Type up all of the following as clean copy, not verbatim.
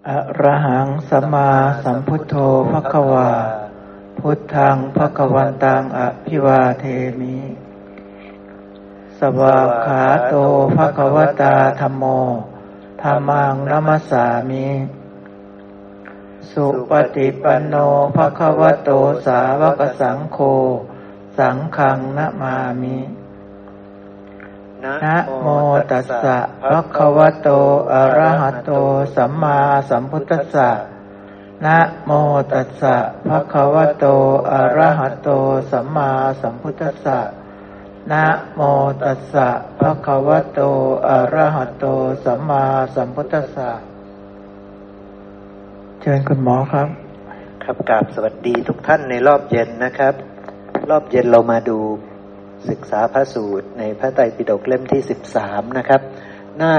อะระหังสัมมาสัมพุทโธภควาพุทธังภควันตังอภิวาเทมิสวากขาโตภควตาธัมโมธัมมังนัมสสามิสุปฏิปันโนภควโตสาวกสังโฆสังฆังนะมามินะโมตัสสะภะคะวะโตอะระหะโตสัมมาสัมพุทธัสสะนะโมตัสสะภะคะวะโตอะระหะโตสัมมาสัมพุทธัสสะนะโมตัสสะภะคะวะโตอะระหะโตสัมมาสัมพุทธัสสะเชิญคุณหมอครับครับกราบสวัสดีทุกท่านในรอบเย็นนะครับรอบเย็นเรามาดูศึกษาพระสูตรในพระไตรปิฎกเล่มที่13นะครับหน้า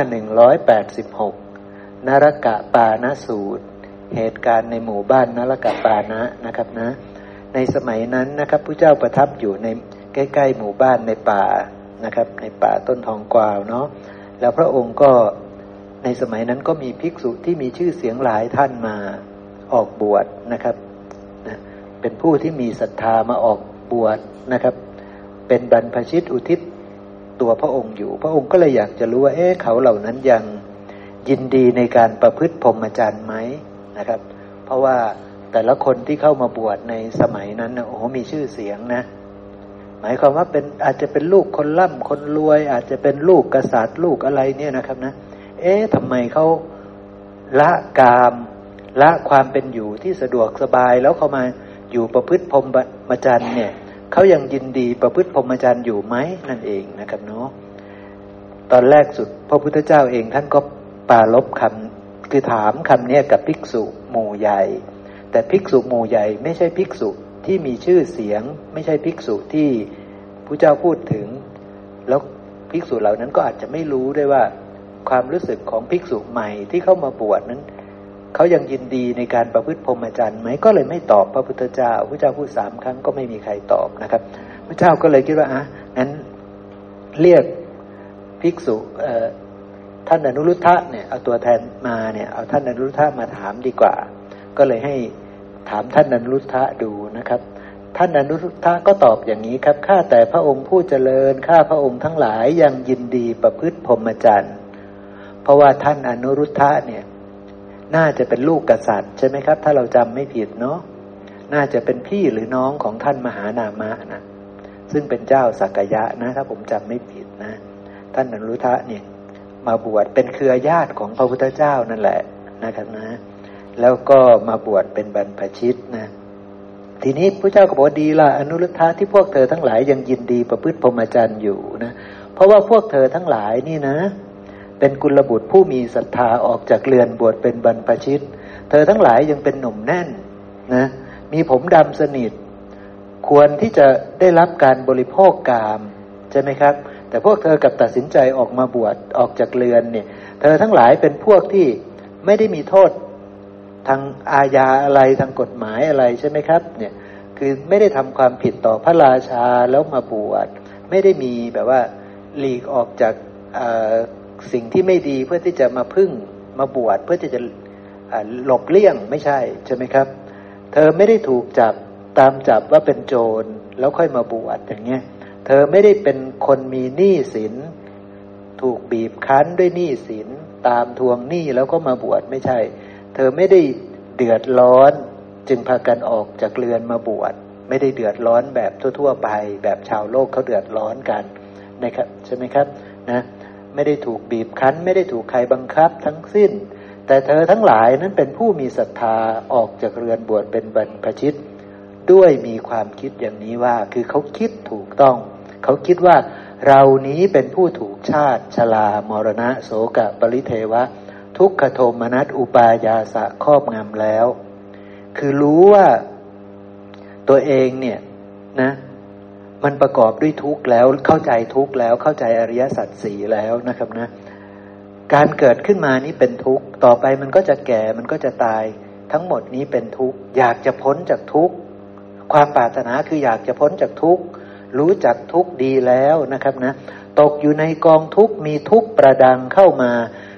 186นรกปานสูตรเหตุการณ์ในหมู่บ้านนรกปานะนะครับนะในสมัยนั้นนะครับพระเจ้าประทับอยู่ในใกล้ๆหมู่บ้านในป่านะครับในป่าต้นทองกวาวเนาะแล้วพระองค์ก็ในสมัยนั้นก็มีภิกษุที่มีชื่อเสียงหลายท่านมาออกบวชนะครับเป็นผู้ที่มีศรัทธามาออกบวชนะครับเป็นบรรพชิตอุทิศตัวพระองค์อยู่พระองค์ก็เลยอยากจะรู้ว่าเขาเหล่านั้นยังยินดีในการประพฤติพรหมจรรย์ไหมนะครับเพราะว่าแต่ละคนที่เข้ามาบวชในสมัยนั้นนะโอ้โหมีชื่อเสียงนะหมายความว่าเป็นอาจจะเป็นลูกคนร่ำคนรวยอาจจะเป็นลูกกษัตริย์ลูกอะไรเนี่ยนะครับนะทำไมเขาละกามละความเป็นอยู่ที่สะดวกสบายแล้วเขามาอยู่ประพฤติพรหมจรรย์เนี่ยเขายังยินดีประพฤติพรหมจรรย์อยู่ไหมนั่นเองนะครับเนาะตอนแรกสุดพระพุทธเจ้าเองท่านก็ปรารภคำคือถามคำนี้กับภิกษุหมู่ใหญ่แต่ภิกษุหมู่ใหญ่ไม่ใช่ภิกษุที่มีชื่อเสียงไม่ใช่ภิกษุที่พระเจ้าพูดถึงแล้วภิกษุเหล่านั้นก็อาจจะไม่รู้ด้วยว่าความรู้สึกของภิกษุใหม่ที่เข้ามาบวชนั้นเขายังยินดีในการประพฤติพรหมจรรย์ไหมก็เลยไม่ตอบพระพุทธเจ้าพระเจ้าพูด3ครั้งก็ไม่มีใครตอบนะครับพระเจ้าก็เลยคิดว่างั้นเรียกภิกษุท่านอนุรุทธะเนี่ยเอาตัวแทนมาเนี่ยเอาท่านอนุรุทธะมาถามดีกว่าก็เลยให้ถามท่านอนุรุทธะดูนะครับท่านอนุรุทธะก็ตอบอย่างนี้ครับข้าแต่พระองค์ผู้เจริญข้าพระองค์ทั้งหลายยังยินดีประพฤติพรหมจรรย์เพราะว่าท่านอนุรุทธะเนี่ยน่าจะเป็นลูกกษัตริย์ใช่ไหมครับถ้าเราจำไม่ผิดเนาะน่าจะเป็นพี่หรือน้องของท่านมหานามะนะซึ่งเป็นเจ้าสักกยะนะถ้าผมจำไม่ผิดนะท่านอนุรุทธะเนี่ยมาบวชเป็นเครือญาติของพระพุทธเจ้านั่นแหละนะครับนะแล้วก็มาบวชเป็นบรรพชิตนะทีนี้พระเจ้าก็บอกดีละอนุรุทธะที่พวกเธอทั้งหลายยังยินดีประพฤติพรหมจรรย์อยู่นะเพราะว่าพวกเธอทั้งหลายนี่นะเป็นกุลบุตรผู้มีศรัทธาออกจากเรือนบวชเป็นบรรพชิตเธอทั้งหลายยังเป็นหนุ่มแน่นนะมีผมดำสนิทควรที่จะได้รับการบริโภคกามใช่ไหมครับแต่พวกเธอกลับตัดสินใจออกมาบวชออกจากเรือนเนี่ยเธอทั้งหลายเป็นพวกที่ไม่ได้มีโทษทางอาญาอะไรทางกฎหมายอะไรใช่ไหมครับเนี่ยคือไม่ได้ทำความผิดต่อพระราชาแล้วมาบวชไม่ได้มีแบบว่าหลีกออกจากสิ่งที่ไม่ดีเพื่อที่จะมาพึ่งมาบวชเพื่อที่จะหลบเลี่ยงไม่ใช่ใช่ไหมครับเธอไม่ได้ถูกจับตามจับว่าเป็นโจรแล้วค่อยมาบวชอย่างเงี้ยเธอไม่ได้เป็นคนมีหนี้สินถูกบีบคั้นด้วยหนี้สินตามทวงหนี้แล้วก็มาบวชไม่ใช่เธอไม่ได้เดือดร้อนจึงพากันออกจากเรือนมาบวชไม่ได้เดือดร้อนแบบทั่วๆไปแบบชาวโลกเขาเดือดร้อนกันนะครับใช่ไหมครับนะไม่ได้ถูกบีบคั้นไม่ได้ถูกใครบังคับทั้งสิ้นแต่เธอทั้งหลายนั้นเป็นผู้มีศรัทธาออกจากเรือนบวชเป็นบรรพชิตด้วยมีความคิดอย่างนี้ว่าคือเขาคิดถูกต้องเขาคิดว่าเรานี้เป็นผู้ถูกชาติชรามรณะโศกปริเทวะทุกขโทมนัสอุปายาสะครอบงำแล้วคือรู้ว่าตัวเองเนี่ยนะมันประกอบด้วยทุกข์แล้วเข้าใจทุกข์แล้วเข้าใจอริยสัจสี่แล้วนะครับนะการเกิดขึ้นมานี้เป็นทุกข์ต่อไปมันก็จะแก่มันก็จะตายทั้งหมดนี้เป็นทุกข์อยากจะพ้นจากทุกข์ความปรารถนาคืออยากจะพ้นจากทุกข์รู้จักทุกข์ดีแล้วนะครับนะตกอยู่ในกองทุกข์มีทุกข์ประดังเข้ามา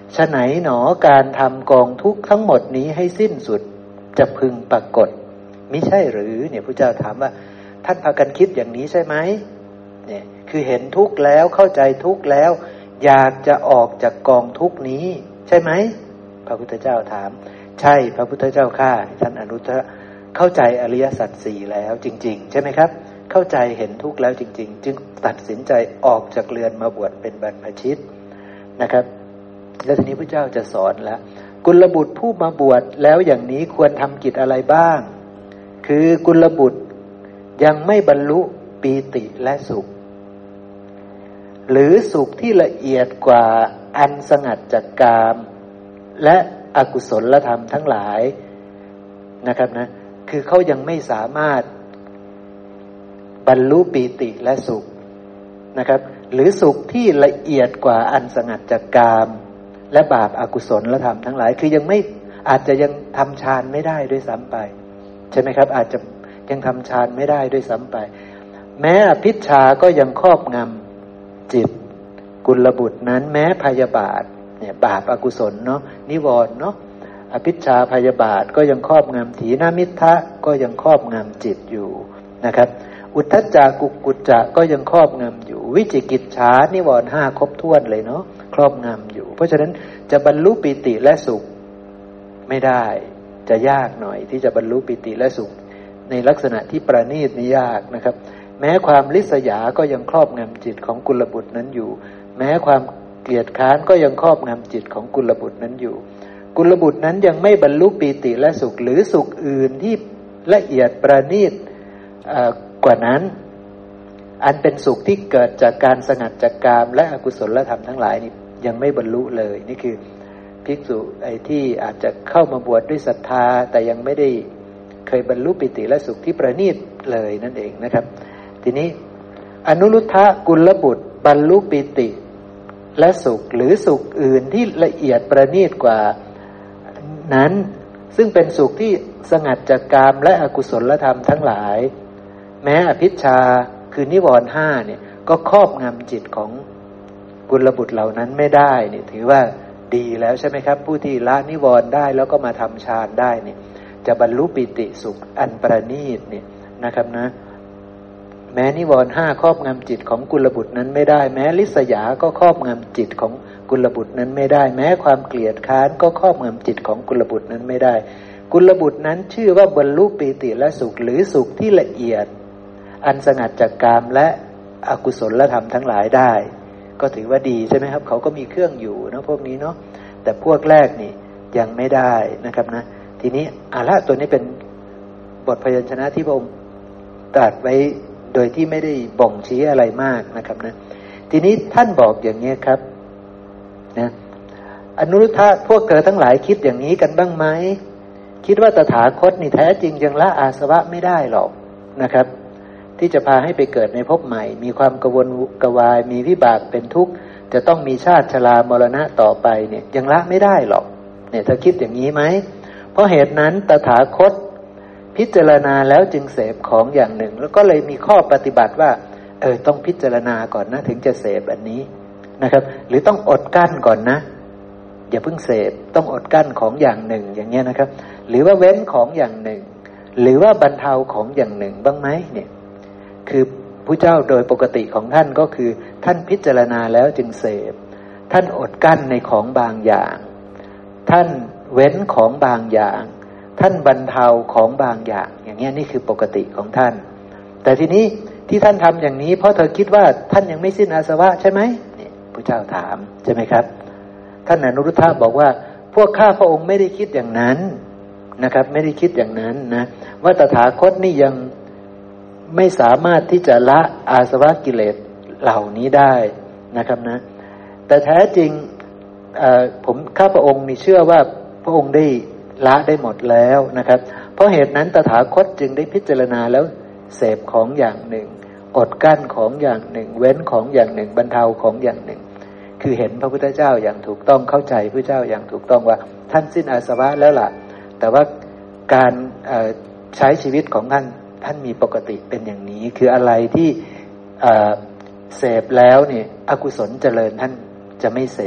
ฉะไหนหนอการทำกองทุกข์ทั้งหมดนี้ให้สิ้นสุดจะพึงปรากฏมิใช่หรือเนี่ยพระเจ้าถามว่าท่านพากันคิดอย่างนี้ใช่ไหมเนี่ยคือเห็นทุกข์แล้วเข้าใจทุกข์แล้วอยากจะออกจากกองทุกข์นี้ใช่ไหมพระพุทธเจ้าถามใช่พระพุทธเจ้าข้าท่านอนุตตรเข้าใจอริยสัจสี่แล้วจริงๆใช่ไหมครับเข้าใจเห็นทุกข์แล้วจริงๆจึงตัดสินใจออกจากเรือนมาบวชเป็นบรรพชิตนะครับแล้วทีนี้พระเจ้าจะสอนแล้วกุลบุตรผู้มาบวชแล้วอย่างนี้ควรทำกิจอะไรบ้างคือกุลบุตรยังไม่บรรลุปีติและสุขหรือสุขที่ละเอียดกว่าอันสงัดจากกามและอกุศลธรรมทั้งหลายนะครับนะคือเขายังไม่สามารถบรรลุปีติและสุขนะครับหรือสุขที่ละเอียดกว่าอันสงัดจากกามและบาปอกุศลธรรมทั้งหลายคือยังไม่อาจจะยังทำฌานไม่ได้ด้วยซ้ำไปใช่ไหมครับอาจจะยังทำฌานไม่ได้ด้วยซ้ำไปแม้อภิชฌาก็ยังครอบงำจิตกุลบุตรนั้นแม้พยาบาทเนี่ยบาปอกุศลเนาะนิวรณ์เนาะอภิชฌาพยาบาทก็ยังครอบงำถีนมิทธะก็ยังครอบงำจิตอยู่นะครับอุทธัจจะกุกุจจะก็ยังครอบงำอยู่วิจิกิจฉานิวรณ์5ครบถ้วนเลยเนาะครอบงำอยู่เพราะฉะนั้นจะบรรลุปิติและสุขไม่ได้จะยากหน่อยที่จะบรรลุปิติและสุขในลักษณะที่ประณีตนี่ยากนะครับแม้ความริษยาก็ยังครอบงำจิตของกุลบุตรนั้นอยู่แม้ความเกลียดค้านก็ยังครอบงำจิตของกุลบุตรนั้นอยู่กุลบุตรนั้นยังไม่บรรลุปีติและสุขหรือสุขอื่นที่ละเอียดประณีตกว่านั้นอันเป็นสุขที่เกิดจากการสงัดจากกามและอกุศลธรรมทั้งหลายนี่ยังไม่บรรลุเลยนี่คือภิกษุที่อาจจะเข้ามาบวชด้วยศรัทธาแต่ยังไม่ได้เคยบรรลุปิติและสุขที่ประณีตเลยนั่นเองนะครับทีนี้อนุรุทธะกุลบุตรบรรลุปิติและสุขหรือสุขอื่นที่ละเอียดประณีตกว่านั้นซึ่งเป็นสุขที่สงัดจากกามและอกุศลธรรมทั้งหลายแม้อภิชฌาคือนิวรณ์5เนี่ยก็ครอบงำจิตของกุลบุตรเหล่านั้นไม่ได้เนี่ยถือว่าดีแล้วใช่ไหมครับผู้ที่ละนิวรณ์ได้แล้วก็มาทำฌานได้เนี่ยจะบรรลุปิติสุขอันประณีตเนี่ยนะครับนะแม้นิวรณ์5ครอบงำจิตของกุลบุตรนั้นไม่ได้แม้ริษยาก็ครอบงำจิตของกุลบุตรนั้นไม่ได้แม้ความเกลียดค้านก็ครอบงำจิตของกุลบุตรนั้นไม่ได้กุลบุตรนั้นชื่อว่าบรรลุปิติและสุขหรือสุขที่ละเอียดอันสงัดจากกามและอกุศลธรรมทั้งหลายได้ก็ถือว่าดีใช่ไหมครับเขาก็มีเครื่องอยู่เนาะพวกนี้เนาะแต่พวกแรกนี่ยังไม่ได้นะครับนะทีนี้ตัวนี้เป็นบทพยัญชนะที่พระองค์ตรัสไว้โดยที่ไม่ได้บ่งชี้อะไรมากนะครับนะทีนี้ท่านบอกอย่างนี้ครับนะอนุรุทธะพวกเธอทั้งหลายคิดอย่างนี้กันบ้างไหมคิดว่าตถาคตนี่แท้จริงยังละอาสวะไม่ได้หรอกนะครับที่จะพาให้ไปเกิดในภพใหม่มีความกระวนกระวายมีวิบากเป็นทุกข์จะต้องมีชาติชรามรณะต่อไปเนี่ยยังละไม่ได้หรอกเนี่ยเธอคิดอย่างนี้ไหมเพราะเหตุนั้นตถาคตพิจารณาแล้วจึงเสพของอย่างหนึ่งแล้วก็เลยมีข้อปฏิบัติว่าต้องพิจารณาก่อนนะถึงจะเสพอันนี้นะครับหรือต้องอดกั้นก่อนนะอย่าเพิ่งเสพต้องอดกั้นของอย่างหนึ่งอย่างเงี้ยนะครับหรือว่าเว้นของอย่างหนึ่งหรือว่าบรรเทาของอย่างหนึ่งบ้างไหมเนี่ยคือพระเจ้าโดยปกติของท่านก็คือท่านพิจารณาแล้วจึงเสพท่านอดกั้นในของบางอย่างท่านเว้นของบางอย่างท่านบรรเทาของบางอย่างอย่างเงี้ยนี่คือปกติของท่านแต่ทีนี้ที่ท่านทำอย่างนี้เพราะเธอคิดว่าท่านยังไม่สิ้นอาสวะใช่ไหมเนี่ยพระเจ้าถามใช่ไหมครับท่านอนุรุทธะบอกว่าพวกข้าพระองค์ไม่ได้คิดอย่างนั้นนะครับไม่ได้คิดอย่างนั้นนะว่าตถาคตนี่ยังไม่สามารถที่จะละอาสวะกิเลสเหล่านี้ได้นะครับนะแต่แท้จริงผมข้าพระองค์มีเชื่อว่าพระองค์ได้ละได้หมดแล้วนะครับเพราะเหตุนั้นตถาคตจึงได้พิจารณาแล้วเสพของอย่างหนึ่งอดกั้นของอย่างหนึ่งเว้นของอย่างหนึ่งบรรเทาของอย่างหนึ่งคือเห็นพระพุทธเจ้าอย่างถูกต้องเข้าใจพระเจ้าอย่างถูกต้องว่าท่านสิ้นอาสวะแล้วล่ะแต่ว่าการใช้ชีวิตของท่านมีปกติเป็นอย่างนี้คืออะไรที่เสพแล้วเนี่ยอกุศลเจริญท่านจะไม่เสพ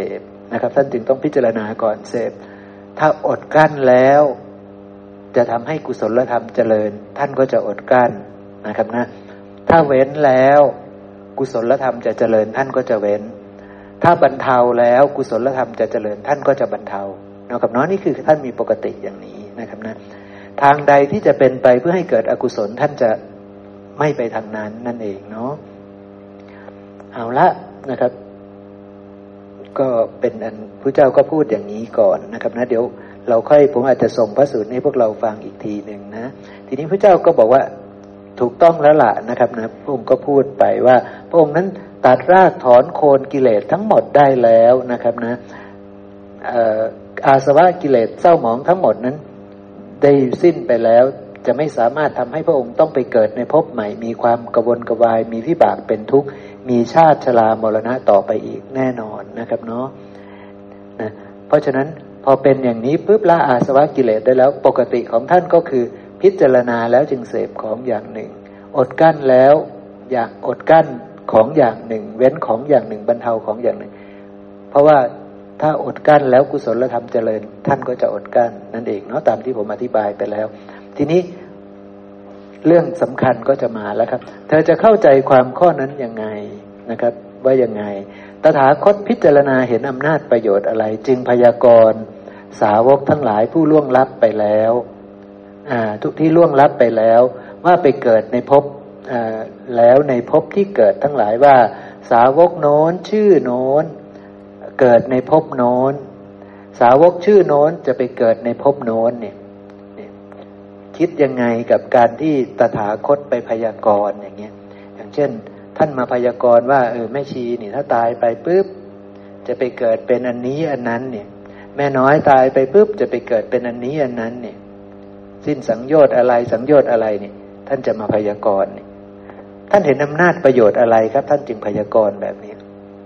นะครับท่านจึงต้องพิจารณาก่อนเสพถ้าอดกั้นแล้วจะทำให้กุศลธรรมเจริญท่านก็จะอดกั้นนะครับนะถ้าเว้นแล้วกุศลธรรมจะเจริญท่านก็จะเว้นถ้าบรรเทาแล้วกุศลธรรมจะเจริญท่านก็จะบรรเทานะครับเนาะนี่คือท่านมีปกติอย่างนี้นะครับนะทางใดที่จะเป็นไปเพื่อให้เกิดอกุศลท่านจะไม่ไปทางนั้นนั่นเองเนาะเอาละนะครับก็เป็นอันพระเจ้าก็พูดอย่างนี้ก่อนนะครับนะเดี๋ยวเราค่อยผมอาจจะส่งพระสูตรให้พวกเราฟังอีกทีหนึ่งนะทีนี้พระเจ้าก็บอกว่าถูกต้องแล้วล่ะนะครับนะพระองค์ก็พูดไปว่าพระองค์นั้นตัดรากถอนโคนกิเลสทั้งหมดได้แล้วนะครับนะอาสวะกิเลสเศร้าหมองทั้งหมดนั้นได้สิ้นไปแล้วจะไม่สามารถทำให้พระองค์ต้องไปเกิดในภพใหม่มีความกระวนกระวายมีวิบากเป็นทุกข์มีชาติชรามรณะต่อไปอีกแน่นอนนะครับเนาะนะเพราะฉะนั้นพอเป็นอย่างนี้ปุ๊บละอาสวะกิเลสได้แล้วปกติของท่านก็คือพิจารณาแล้วจึงเสพของอย่างหนึ่งอดกั้นแล้วอยากอดกั้นของอย่างหนึ่งเว้นของอย่างหนึ่งบรรเทาของอย่างหนึ่งเพราะว่าถ้าอดกั้นแล้วกุศลธรรมเจริญท่านก็จะอดกั้นนั่นเองเนาะตามที่ผมอธิบายไปแล้วทีนี้เรื่องสำคัญก็จะมาแล้วครับเธอจะเข้าใจความข้อนั้นยังไงนะครับว่ายังไงตถาคตพิจารณาเห็นอำนาจประโยชน์อะไรจึงพยากรณ์สาวกทั้งหลายผู้ล่วงลับไปแล้วทุกที่ล่วงลับไปแล้วว่าไปเกิดในภพแล้วในภพที่เกิดทั้งหลายว่าสาวกโน้นชื่อโน้นเกิดในภพโน้นสาวกชื่อโน้นจะไปเกิดในภพโน้นเนี่ยคิดยังไงกับการที่ตถาคตไปพยากรณ์อย่างเงี้ยอย่างเช่นท่านมาพยากรณ์ว่าแม่ชีนี่ถ้าตายไปปุ๊บจะไปเกิดเป็นอันนี้อันนั้นเนี่ยแม่น้อยตายไปปุ๊บจะไปเกิดเป็นอันนี้อันนั้นเนี่ยสิ้นสังโยชน์อะไรสังโยชน์อะไรเนี่ยท่านจะมาพยากรณ์เนี่ยท่านเห็นอำนาจประโยชน์อะไรครับท่านจึงพยากรณ์แบบนี้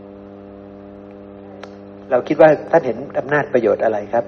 เราคิดว่าท่านเห็นอำนาจประโยชน์อะไรครับ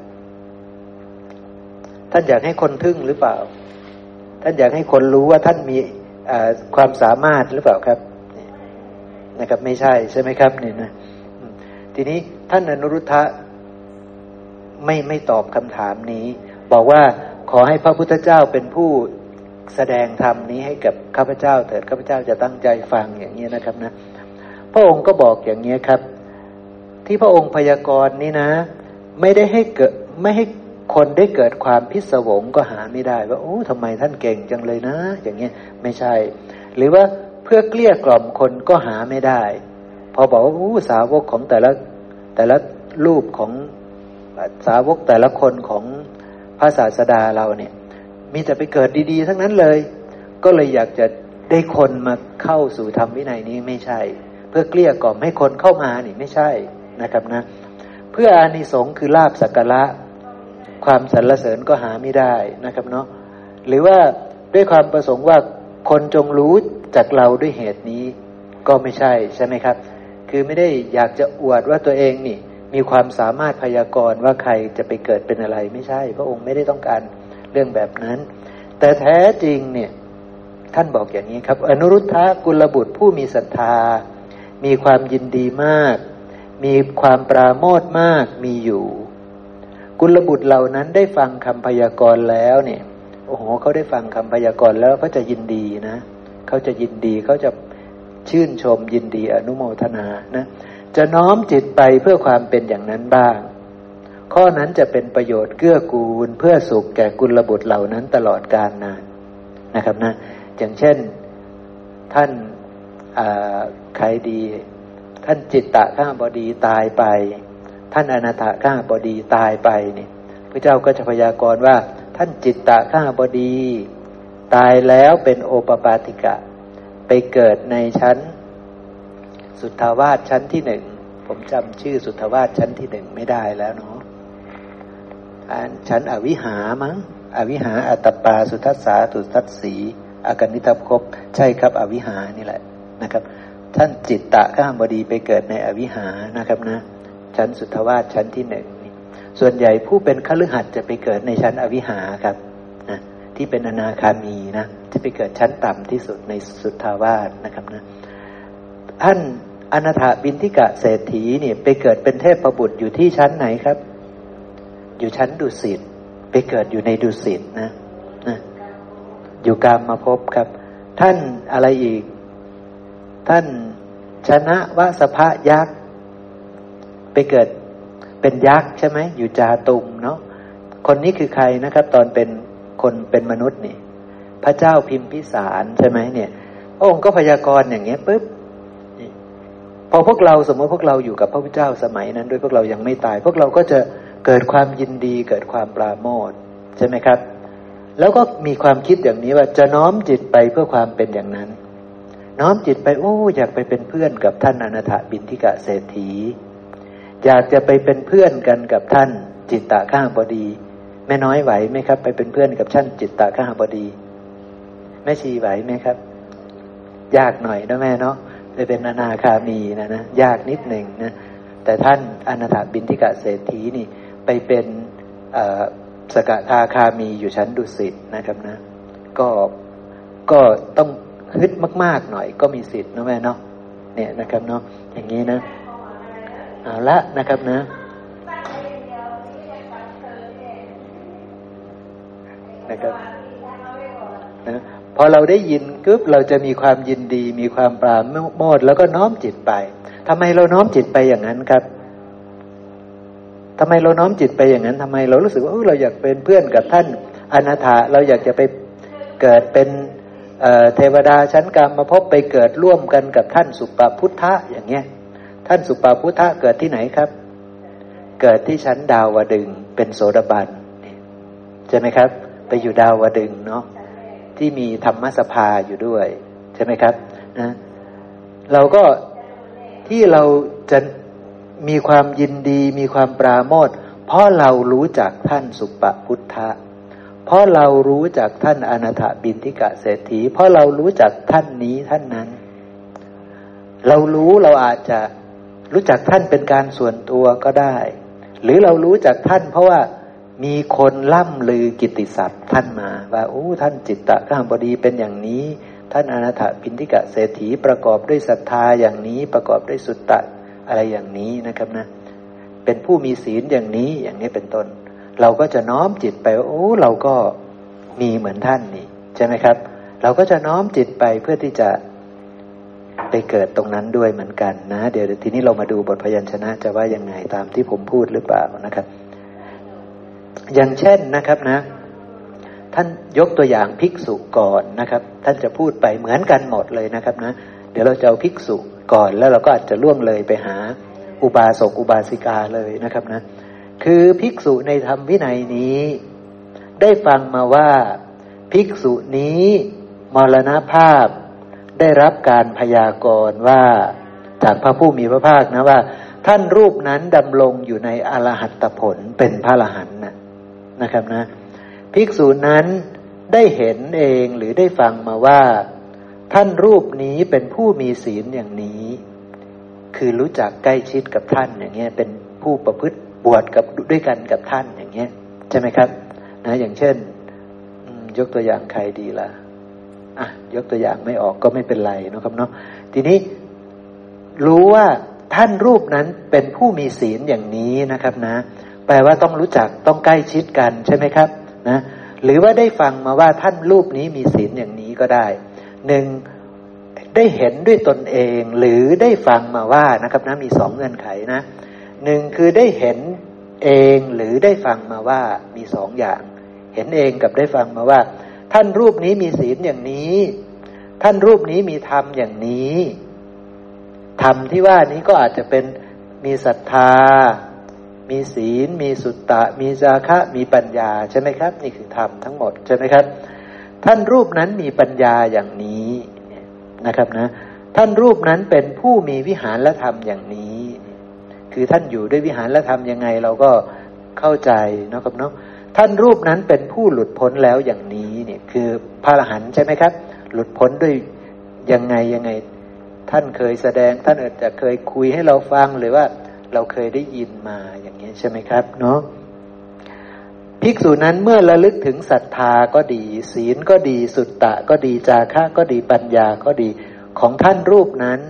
ท่านอยากให้คนทึ่งหรือเปล่าท่านอยากให้คนรู้ว่าท่านมีความสามารถหรือเปล่าครับนะครับไม่ใช่ไหมครับเนี่ยนะทีนี้ท่านอนุรุทธะไม่ตอบคำถามนี้บอกว่าขอให้พระพุทธเจ้าเป็นผู้แสดงธรรมนี้ให้กับข้าพเจ้าเถิดข้าพเจ้าจะตั้งใจฟังอย่างนี้นะครับนะพระองค์ก็บอกอย่างนี้ครับที่พระองค์พยากรณ์นี้นะไม่ได้ให้เกิดไม่ให้คนได้เกิดความพิศวงก็หาไม่ได้ว่าโอ้ทำไมท่านเก่งจังเลยนะอย่างเงี้ยไม่ใช่หรือว่าเพื่อเกลี้ยกล่อมคนก็หาไม่ได้พอบอกว่าสาวกของแต่ละรูปของสาวกแต่ละคนของพระศาสดาเราเนี่ยมีแต่ไปเกิดดีๆทั้งนั้นเลยก็เลยอยากจะได้คนมาเข้าสู่ธรรมวินัยนี้ไม่ใช่เพื่อเกลี้ยกล่อมให้คนเข้ามานี่ไม่ใช่นะครับนะเพื่ออานิสงส์คือลาภสักการะความสรรเสริญก็หาไม่ได้นะครับเนาะหรือว่าด้วยความประสงค์ว่าคนจงรู้จากเราด้วยเหตุนี้ก็ไม่ใช่ไหมครับคือไม่ได้อยากจะอวดว่าตัวเองนี่มีความสามารถพยากรณ์ว่าใครจะไปเกิดเป็นอะไรไม่ใช่พระองค์ไม่ได้ต้องการเรื่องแบบนั้นแต่แท้จริงเนี่ยท่านบอกอย่างนี้ครับอนุรุทธะกุลบุตรผู้มีศรัทธามีความยินดีมากมีความปราโมทย์มากมีอยู่กุลบุตรเหล่านั้นได้ฟังคำพยากรณ์แล้วเนี่ยโอ้โหเขาได้ฟังคำพยากรณ์แล้วเขาจะยินดีนะเขาจะยินดีเขาจะชื่นชมยินดีอนุโมทนานะจะน้อมจิตไปเพื่อความเป็นอย่างนั้นบ้างข้อนั้นจะเป็นประโยชน์เกื้อกูลเพื่อสุขแก่กุลบุตรเหล่านั้นตลอดกาลนานนะครับนะอย่างเช่นท่านใครดีท่านจิตตข้าบดีตายไปท่านอนาถข้าบดีตายไปเนี่ยพระเจ้าก็จะพยากรณ์ว่าท่านจิตตข้าบดีตายแล้วเป็นโอปปาติกะไปเกิดในชั้นสุทธาวาสชั้นที่หนึ่งผมจำชื่อสุทธาวาสชั้นที่หนึ่งไม่ได้แล้วเนาะชั้นอวิหามั้งอวิหาอัตตปาสุทัสสาสุทัสสีอากนิตภพใช่ครับอวิหานี่แหละนะครับท่านจิตตข้าบดีไปเกิดในอวิหานะครับนะชั้นสุทธาวาสชั้นที่หนึ่งส่วนใหญ่ผู้เป็นคฤหัสถ์จะไปเกิดในชั้นอวิหาครับนะที่เป็นอนาคามีนะจะไปเกิดชั้นต่ำที่สุดในสุทธาวาสนะครับนะท่านอนาถบิณฑิกะเศรษฐีเนี่ยไปเกิดเป็นเทพบุตรอยู่ที่ชั้นไหนครับอยู่ชั้นดุสิตไปเกิดอยู่ในดุสิตนะอยู่กามภพครับท่านอะไรอีกท่านชนะวสภะยักษ์ไปเกิดเป็นยักษ์ใช่ไหมอยู่จาตุมเนาะคนนี้คือใครนะครับตอนเป็นคนเป็นมนุษย์นี่พระเจ้าพิมพิสารใช่ไหมเนี่ยพระองค์ก็พยากรณ์อย่างเงี้ยปุ๊บพอพวกเราสมมติพวกเราอยู่กับพระพุทธเจ้าสมัยนั้นด้วยพวกเรายังไม่ตายพวกเราก็จะเกิดความยินดีเกิดความปราโมทย์ใช่ไหมครับแล้วก็มีความคิดอย่างนี้ว่าจะน้อมจิตไปเพื่อความเป็นอย่างนั้นน้อมจิตไปโอ้อยากไปเป็นเพื่อนกับท่านอนาถบิณฑิกะเศรษฐีอยากจะไปเป็นเพื่อนกันกับท่านจิตตข้าบดีแม่น้อยไหวไหมครับไปเป็นเพื่อนกับท่านจิตตข้าบดีแม่ชีไหวไหมครับยากหน่อยนะแม่เนาะไปเป็นอนาคามีนะยากนิดหนึ่งนะแต่ท่านอนาถบิณฑิกะเศรษฐีนี่ไปเป็นสกทาคามีอยู่ชั้นดุสิตนะครับนะก็ต้องฮึดมากๆหน่อยก็มีสิทธิ์นะแม่เนาะเนี่ยนะครับเนาะอย่างนี้นะเอาละนะครับนะนะครับนะพอเราได้ยินปุ๊บเราจะมีความยินดีมีความปราโมทย์แล้วก็น้อมจิตไปทำไมเราน้อมจิตไปอย่างนั้นครับทำไมเราน้อมจิตไปอย่างนั้นทำไมเรารู้สึกว่าเราอยากเป็นเพื่อนกับท่านอนาถาเราอยากจะไปเกิดเป็นเทวดาชั้นกามภพไปเกิดร่วมกันกับท่านสุปพุทธะอย่างเงี้ยท่านสุปพุทธะเกิดที่ไหนครับเกิดที่ชั้นดาวดึงส์เป็นโสดาบันใช่ไหมครับไปอยู่ดาวดึงส์เนาะที่มีธรรมสภาอยู่ด้วยใช่ไหมครับนะเราก็ที่เราจะมีความยินดีมีความปราโมทย์เพราะเรารู้จักท่านสุปพุทธะเพราะเรารู้จักท่านอนาถบิณฑิกะเศรษฐีเพราะเรารู้จักท่านนี้ท่านนั้นเรารู้เราอาจจะรู้จักท่านเป็นการส่วนตัวก็ได้หรือเรารู้จักท่านเพราะว่ามีคนล่ำลือกิตติศัพท์ท่านมาว่าท่านจิตตข้าบดีเป็นอย่างนี้ท่านอนาถบิณฑิกะเศรษฐีประกอบด้วยศรัทธาอย่างนี้ประกอบด้วยสุตตะอะไรอย่างนี้นะครับนะเป็นผู้มีศีลอย่างนี้อย่างนี้เป็นต้นเราก็จะน้อมจิตไปเราก็มีเหมือนท่านนี่ใช่ไหมครับเราก็จะน้อมจิตไปเพื่อที่จะไปเกิดตรงนั้นด้วยเหมือนกันนะเดี๋ยวทีนี้เรามาดูบทพยัญชนะจะว่ายังไงตามที่ผมพูดหรือเปล่านะครับอย่างเช่นนะครับนะท่านยกตัวอย่างภิกษุก่อนนะครับท่านจะพูดไปเหมือนกันหมดเลยนะครับนะเดี๋ยวเราจะเอาภิกษุก่อนแล้วเราก็อาจจะล่วงเลยไปหาอุบาสกอุบาสิกาเลยนะครับนะคือภิกษุในธรรมวินัยนี้ได้ฟังมาว่าภิกษุนี้มรณภาพได้รับการพยากรณ์ว่าจากพระผู้มีพระภาคนะว่าท่านรูปนั้นดำรงอยู่ในอรหัตผลเป็นพระอรหันต์นะครับนะภิกษุนั้นได้เห็นเองหรือได้ฟังมาว่าท่านรูปนี้เป็นผู้มีศีลอย่างนี้คือรู้จักใกล้ชิดกับท่านอย่างเงี้ยเป็นผู้ประพฤติบวชกับด้วยกันกับท่านอย่างเงี้ยใช่ไหมครับนะอย่างเช่นยกตัวอย่างใครดีล่ะยกตัวอย่างไม่ออกก็ไม่เป็นไรนะครับเนาะทีนี้รู้ว่าท่านรูปนั้นเป็นผู้มีศีลอย่างนี้นะครับนะแปลว่าต้องรู้จักต้องใกล้ชิดกันใช่ไหมครับนะหรือว่าได้ฟังมาว่าท่านรูปนี้มีศีลอย่างนี้ก็ได้หนึ่งได้เห็นด้วยตนเองหรือได้ฟังมาว่านะครับนะมี2เงื่อนไขนะหนึ่งคือได้เห็นเองหรือได้ฟังมาว่ามี2อย่างเห็นเองกับได้ฟังมาว่าท่านรูปนี้มีศีลอย่างนี้ท่านรูปนี้มีธรรมอย่างนี้ธรรมที่ว่านี้ก็อาจจะเป็นมีศรัทธามีศีลมีสุตตะมีจาคะมีปัญญาใช่ไหมครับนี่คือธรรมทั้งหมดใช่ไหมครับท่านรูปนั้นมีปัญญาอย่างนี้นะครับนะท่านรูปนั้นเป็นผู้มีวิหารธรรมอย่างนี้คือท่านอยู่ด้วยวิหารธรรมยังไงเราก็เข้าใจนะครับเนาะท่านรูปนั้นเป็นผู้หลุดพ้นแล้วอย่างนี้เนี่ยคือพระอรหันต์ใช่ไหมครับหลุดพ้นด้วยยังไงท่านเคยแสดงท่านอาจจะเคยคุยให้เราฟังหรือว่าเราเคยได้ยินมาอย่างนี้ใช่ไหมครับเนาะภิกษุนั้นเมื่อระลึกถึงศรัทธาก็ดีศีลก็ดีสุตตะก็ดีจาคะก็ดีปัญญาก็ดีของท่านรูปนั้น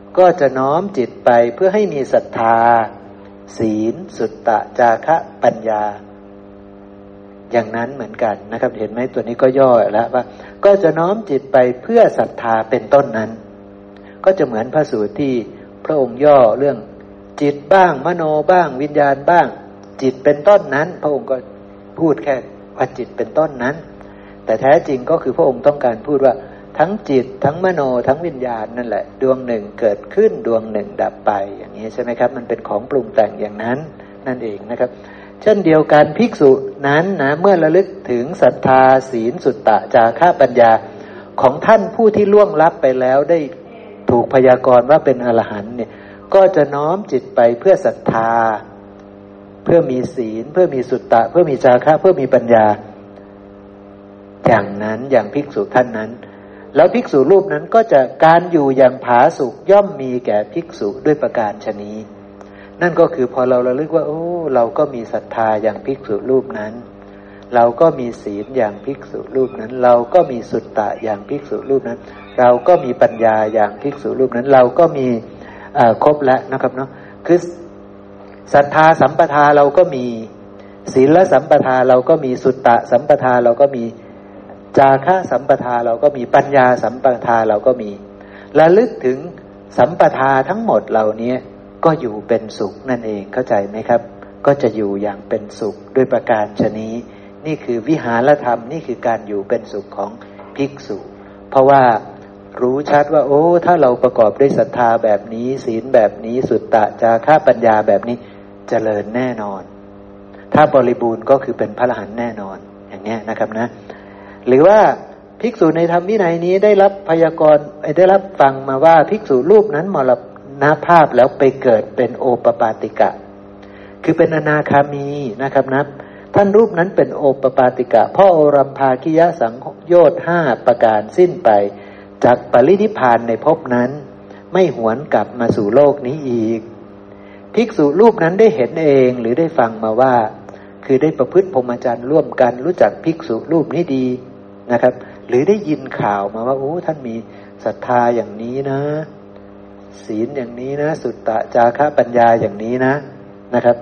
ก็จะน้อมจิตไปเพื่อให้มีศรัทธาศีลสุตตะจาคะปัญญาอย่างนั้นเหมือนกันนะครับเห็นไหมตัวนี้ก็ย่อแล้วว่าก็จะน้อมจิตไปเพื่อศรัทธาเป็นต้นนั้นก็จะเหมือนพระสูตรที่พระองค์ย่อเรื่องจิตบ้างมโนบ้างวิญญาณบ้างจิตเป็นต้นนั้นพระองค์ก็พูดแค่ว่าจิตเป็นต้นนั้นแต่แท้จริงก็คือพระองค์ต้องการพูดว่าทั้งจิตทั้งมโนทั้งวิญญาณนั่นแหละดวงหนึ่งเกิดขึ้นดวงหนึ่งดับไปอย่างนี้ใช่ไหมครับมันเป็นของปรุงแต่งอย่างนั้นนั่นเองนะครับเช่นเดียวกันภิกษุนั้นนะเมื่อระลึกถึงศรัทธาศีลสุตตะจาคะปัญญาของท่านผู้ที่ล่วงลับไปแล้วได้ถูกพยากรณ์ว่าเป็นอรหันต์เนี่ยก็จะน้อมจิตไปเพื่อศรัทธาเพื่อมีศีลเพื่อมีสุตตะเพื่อมีจาคะเพื่อมีปัญญาอย่างนั้นอย่างภิกษุท่านนั้นแล้วภิกษุรูปนั้นก็จะการอยู่อย่างผาสุกย่อมมีแก่ภิกษุด้วยประการฉะนี้นั่นก็คือพอเราระลึกว่าโอ้เราก็มีศรัทธาอย่างภิกษุรูปนั้นเราก็มีศีลอย่างภิกษุรูปนั้นเราก็มีสุตตะอย่างภิกษุรูปนั้นเราก็มีปัญญาอย่างภิกษุรูปนั้นเราก็มีครบแล้วนะครับเนาะคือศรัทธาสัมปทาเราก็มีศีลสัมปทาเราก็มีสุตตะสัมปทาเราก็มีจาคะสัมปทาเราก็มีปัญญาสัมปทาเราก็มีระลึกถึงสัมปทาทั้งหมดเหล่านี้ก็อยู่เป็นสุขนั่นเองเข้าใจไหมครับก็จะอยู่อย่างเป็นสุขด้วยประการฉะนี้นี่คือวิหารธรรมนี่คือการอยู่เป็นสุขของภิกษุเพราะว่ารู้ชัดว่าโอ้ถ้าเราประกอบด้วยศรัทธาแบบนี้ศีลแบบนี้สุตตะจาคะปัญญาแบบนี้เจริญแน่นอนถ้าบริบูรณ์ก็คือเป็นพระอรหันต์แน่นอนอย่างนี้นะครับนะหรือว่าภิกษุในธรรมวินัยนี้ได้รับพยากรณ์ได้รับฟังมาว่าภิกษุรูปนั้นมรณภาพแล้วไปเกิดเป็นโอปปาติกะคือเป็นอนาคามีนะครับนะท่านรูปนั้นเป็นโอปปาติกะเพราะโอรัมภาคิยสังโยชน์5ประการสิ้นไปจากปรินิพพานในภพนั้นไม่หวนกลับมาสู่โลกนี้อีกภิกษุรูปนั้นได้เห็นเองหรือได้ฟังมาว่าคือได้ประพฤติพรหมจรรย์ร่วมกันรู้จักภิกษุรูปนี้ดีนะครับหรือได้ยินข่าวมาว่าโอ้ท่านมีศรัทธาอย่างนี้นะศีลอย่างนี้นะสุตตะจาคะปัญญาอย่างนี้นะครับ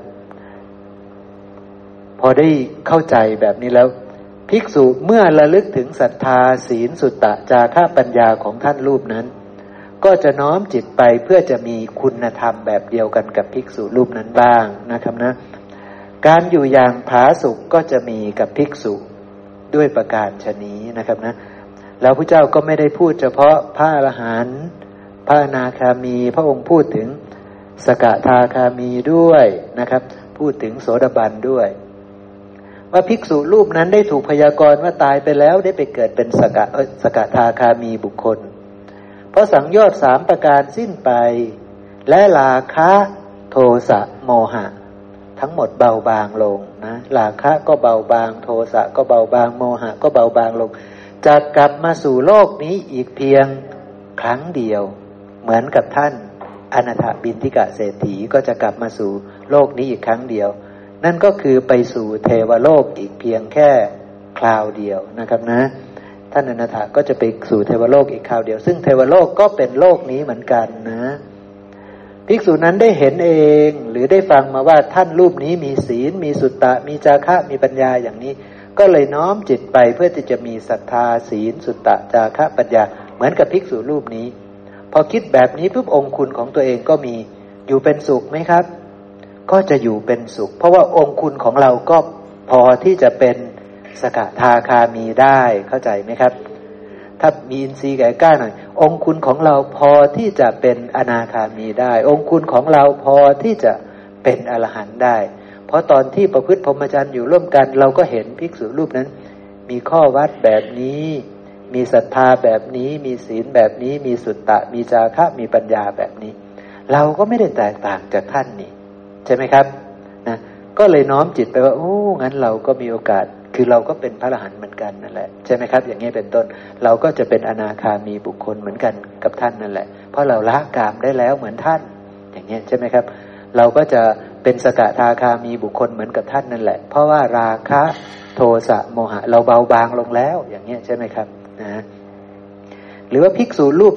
พอได้เข้าใจแบบนี้แล้วภิกษุเมื่อระลึกถึงศรัทธาศีลสุตตะจาคะปัญญาของท่านรูปนั้นก็จะน้อมจิตไปเพื่อจะมีคุณธรรมแบบเดียวกันกับภิกษุรูปนั้นบ้างนะครับนะการอยู่อย่างผาสุกก็จะมีกับภิกษุด้วยประการฉะนี้นะครับนะแล้วพระเจ้าก็ไม่ได้พูดเฉพาะพระอรหันต์พระอนาคามีพระองค์พูดถึงสกทาคามีด้วยนะครับพูดถึงโสดาบันด้วยว่าภิกษุรูปนั้นได้ถูกพยากรณ์ว่าตายไปแล้วได้ไปเกิดเป็นสกทาคามีบุคคลเพราะสังโยชน์3ประการสิ้นไปและราคะโทสะโมหะทั้งหมดเบาบางลงนะราคะก็เบาบางโทสะก็เบาบางโมหะก็เบาบางลงจะกลับมาสู่โลกนี้อีกเพียงครั้งเดียวเหมือนกับท่านอนาถบิณฑิกะเศรษฐีก็จะกลับมาสู่โลกนี้อีกครั้งเดียวนั่นก็คือไปสู่เทวโลกอีกเพียงแค่คราวเดียวนะครับนะท่านอนาถก็จะไปสู่เทวโลกอีกคราวเดียวซึ่งเทวโลกก็เป็นโลกนี้เหมือนกันนะภิกษุนั้นได้เห็นเองหรือได้ฟังมาว่าท่านรูปนี้มีศีลมีสุตตะมีจาคะมีปัญญาอย่างนี้ก็เลยน้อมจิตไปเพื่อที่จะมีศรัทธาศีลสุตตะจาคะปัญญาเหมือนกับภิกษุรูปนี้พอคิดแบบนี้ปุ๊บองคุณของตัวเองก็มีอยู่เป็นสุขไหมครับก็จะอยู่เป็นสุขเพราะว่าองคุณของเราก็พอที่จะเป็นสกทาคามีได้เข้าใจไหมครับถ้ามีอินทรีย์แก่กล้าหน่อยองคุณของเราพอที่จะเป็นอนาคามีได้องคุณของเราพอที่จะเป็นอรหันต์ได้เพราะตอนที่ประพฤติพรหมจรรย์อยู่ร่วมกันเราก็เห็นภิกษุรูปนั้นมีข้อวัดแบบนี้มีศรัทธาแบบนี้มีศีลแบบนี้มีสุตตะมีจาคะมีปัญญาแบบนี้เราก็ไม่ได้แตกต่างจากท่านนี่ใช่ไหมครับนะก็เลยน้อมจิตไปว่าโอ้งั้นเราก็มีโอกาสคือเราก็เป็นพระอรหันต์เหมือนกันนั่นแหละใช่ไหมครับอย่างนี้เป็นต้นเราก็จะเป็นอนาคามีบุคคลเหมือนกันกับท่านนั่นแหละเพราะเราละกามได้แล้วเหมือนท่านอย่างนี้ใช่ไหมครับเราก็จะเป็นสกทาคามีบุคคลเหมือนกับท่านนั่นแหละเพราะว่าราคะโทสะโมหะเราเบาบางลงแล้วอย่างนี้ใช่ไหมครับนะหรือว่าภิกษุรูป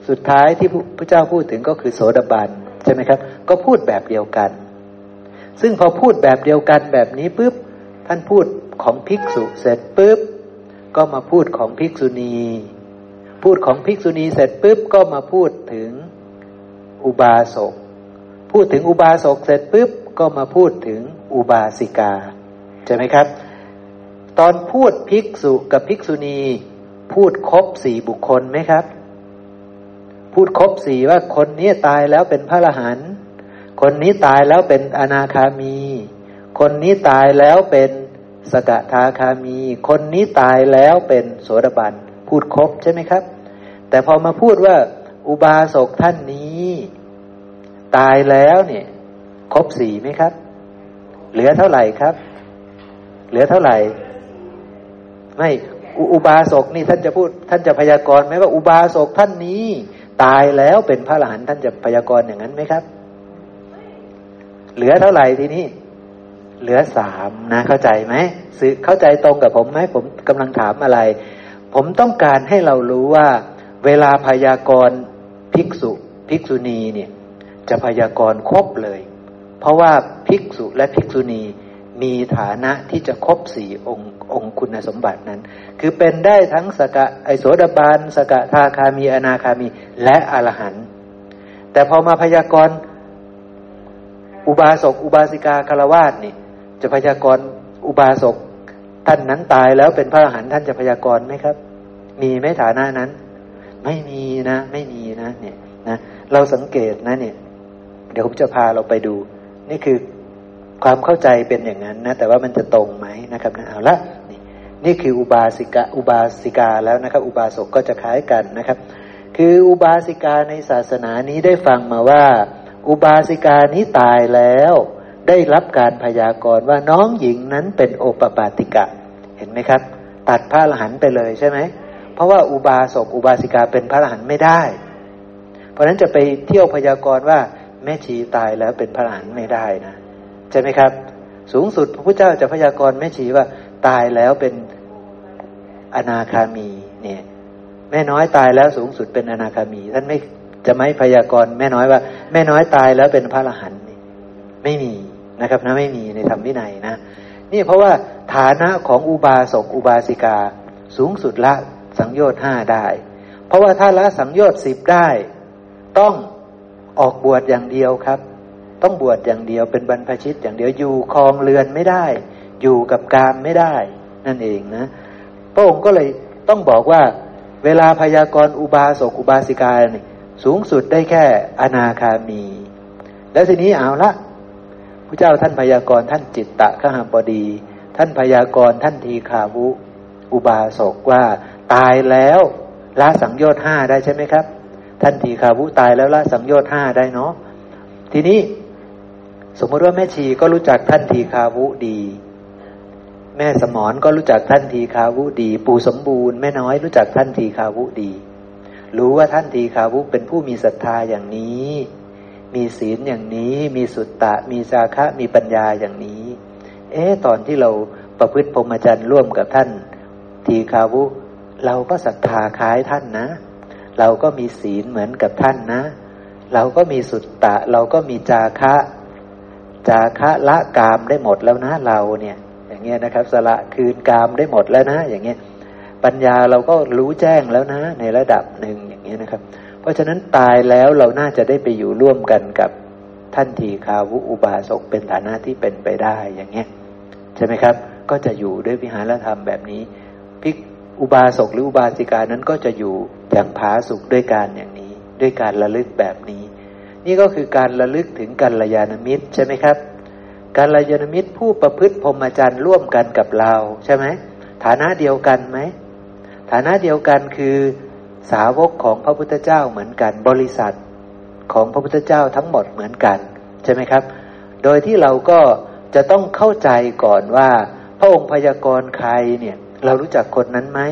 สุดท้ายที่พระเจ้าพูดถึงก็คือโสดาบันใช่ไหมครับก็พูดแบบเดียวกันซึ่งพอพูดแบบเดียวกันแบบนี้ปุ๊บท่านพูดของภิกษุเสร็จปุ๊บก็มาพูดของภิกษุณีพูดของภิกษุณีเสร็จปุ๊บก็มาพูดถึงอุบาสกพูดถึงอุบาสกเสร็จปุ๊บก็มาพูดถึงอุบาสิกาใช่ไหมครับตอนพูดภิกษุกับภิกษุณีพูดครบ4บุคคลไหมครับพูดครบ4ว่าคนนี้ตายแล้วเป็นพระอรหันต์คนนี้ตายแล้วเป็นอนาคามีคนนี้ตายแล้วเป็นสกทาคามีคนนี้ตายแล้วเป็นโสดาบันพูดครบใช่ไหมครับแต่พอมาพูดว่าอุบาสกท่านนี้ตายแล้วเนี่ยครบ4ไหมครับเหลือเท่าไหร่ครับเหลือเท่าไหร่ไม่อุบาสกนี่ท่านจะพูดท่านจะพยากรณ์ไหมว่าอุบาสกท่านนี้ตายแล้วเป็นพระอรหันต์ท่านจะพยากรณ์อย่างนั้นไหมครับเหลือเท่าไหร่ทีนี้เหลือ3นะเข้าใจไหมเข้าใจตรงกับผมไหมผมกำลังถามอะไรผมต้องการให้เรารู้ว่าเวลาพยากรณ์ภิกษุภิกษุณีเนี่ยจะพยากรณ์ครบเลยเพราะว่าภิกษุและภิกษุณีมีฐานะที่จะครบ4องค์คุณสมบัตินั้นคือเป็นได้ทั้งโสดาบันสกทาคามีอนาคามีและอรหันต์แต่พอมาพยากรณ์อุบาสกอุบาสิกาฆราวาสนี่จะพยากรณ์อุบาสกท่านนั้นตายแล้วเป็นพระอรหันต์ท่านจะพยากรณ์ไหมครับมีไหมฐานะนั้นไม่มีนะไม่มีนะเนี่ยนะเราสังเกตนะเนี่ยเดี๋ยวผมจะพาเราไปดูนี่คือความเข้าใจเป็นอย่างนั้นนะแต่ว่ามันจะตรงไหมนะครับนะเอาละนี่คืออุบาสิกาแล้วนะครับอุบาสกก็จะคล้ายกันนะครับคืออุบาสิกาในศาสนานี้ได้ฟังมาว่าอุบาสิกานี้ตายแล้วได้รับการพยากรณ์ว่าน้องหญิงนั้นเป็นโอปปาติกะเห็นไหมครับตัดพระอรหันต์ไปเลยใช่ไหมเพราะว่าอุบาสกอุบาสิกาเป็นพระอรหันต์ไม่ได้เพราะฉะนั้นจะไปเที่ยวพยากรณ์ว่าแม่ชีตายแล้วเป็นพระอรหันต์ไม่ได้นะใช่ไหมครับสูงสุดพระพุทธเจ้าจะพยากรณ์แม่ชีว่าตายแล้วเป็นอนาคามีเนี่ยแม่น้อยตายแล้วสูงสุดเป็นอนาคามีท่านไม่พยากรณ์แม่น้อยว่าแม่น้อยตายแล้วเป็นพระอรหันต์ไม่มีนะครับนะไม่มีในธรรมวินัยนะนี่เพราะว่าฐานะของอุบาสกอุบาสิกาสูงสุดละสังโยชน์5ได้เพราะว่าถ้าละสังโยชน์10ได้ต้องออกบวชอย่างเดียวครับต้องบวชอย่างเดียวเป็นบรรพชิตอย่างเดียวอยู่ครองเรือนไม่ได้อยู่กับกามไม่ได้นั่นเองนะพระองค์ก็เลยต้องบอกว่าเวลาพยากรณ์อุบาสกอุบาสิกาเนี่ยสูงสุดได้แค่อนาคามีแล้วทีนี้เอาละพระเจ้าท่านพยากรณ์ท่านจิตตคหบดีท่านพยากรณ์ท่านทีฆาวุอุบาสกว่าตายแล้วละสังโยชน์5ได้ใช่ไหมครับท่านทีฆาวุตายแล้วละสังโยชน์5ได้เนาะทีนี้สมมติว่าแม่ชีก็รู้จักท่านทีฆาวุดีแม่สมรก็รู้จักท่านทีฆาวุดีปู่สมบูรณ์แม่น้อยรู้จักท่านทีฆาวุดีรู้ว่าท่านทีฆาวุเป็นผู้มีศรัทธาอย่างนี้มีศีลอย่างนี้มีสุตตะมีจาคะมีปัญญาอย่างนี้ตอนที่เราประพฤติพรหมจรรย์ร่วมกับท่านทีฆาวุเราก็ศรัทธาคล้ายท่านนะเราก็มีศีลเหมือนกับท่านนะเราก็มีสุตตะเราก็มีจาคะละกามได้หมดแล้วนะเราเนี่ยอย่างเงี้ยนะครับสละคืนกามได้หมดแล้วนะอย่างเงี้ยปัญญาเราก็รู้แจ้งแล้วนะในระดับหนึ่งอย่างเงี้ยนะครับเพราะฉะนั้นตายแล้วเราน่าจะได้ไปอยู่ร่วมกันกับท่านทีฆาวุอุบาสกเป็นฐานะที่เป็นไปได้อย่างเงี้ยใช่ไหมครับก็จะอยู่ด้วยวิหารธรรมแบบนี้อุบาสกหรืออุบาสิกานั้นก็จะอยู่อย่างผาสุกด้วยการอย่างนี้ด้วยการระลึกแบบนี้นี่ก็คือการระลึกถึงกัลยาณมิตรใช่ไหมครับกัลยาณมิตรผู้ประพฤติพรหมจรรย์ร่วมกันกับเราใช่ไหมฐานะเดียวกันไหมฐานะเดียวกันคือสาวกของพระพุทธเจ้าเหมือนกันบริษัทของพระพุทธเจ้าทั้งหมดเหมือนกันใช่ไหมครับโดยที่เราก็จะต้องเข้าใจก่อนว่าพระองค์พยากรณ์ใครเนี่ยเรารู้จักคนนั้นไหม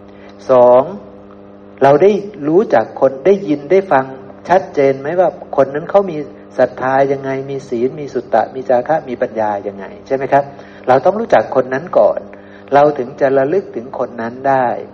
2เราได้รู้จักคนได้ยินได้ฟังชัดเจนไหมว่าคนนั้นเขามีศรัทธายังไงมีศีลมีสุตตะมีจาคะมีปัญญายังไงใช่ไหมครับเราต้องรู้จักคนนั้นก่อนเราถึงจะระลึกถึงคนนั้นได้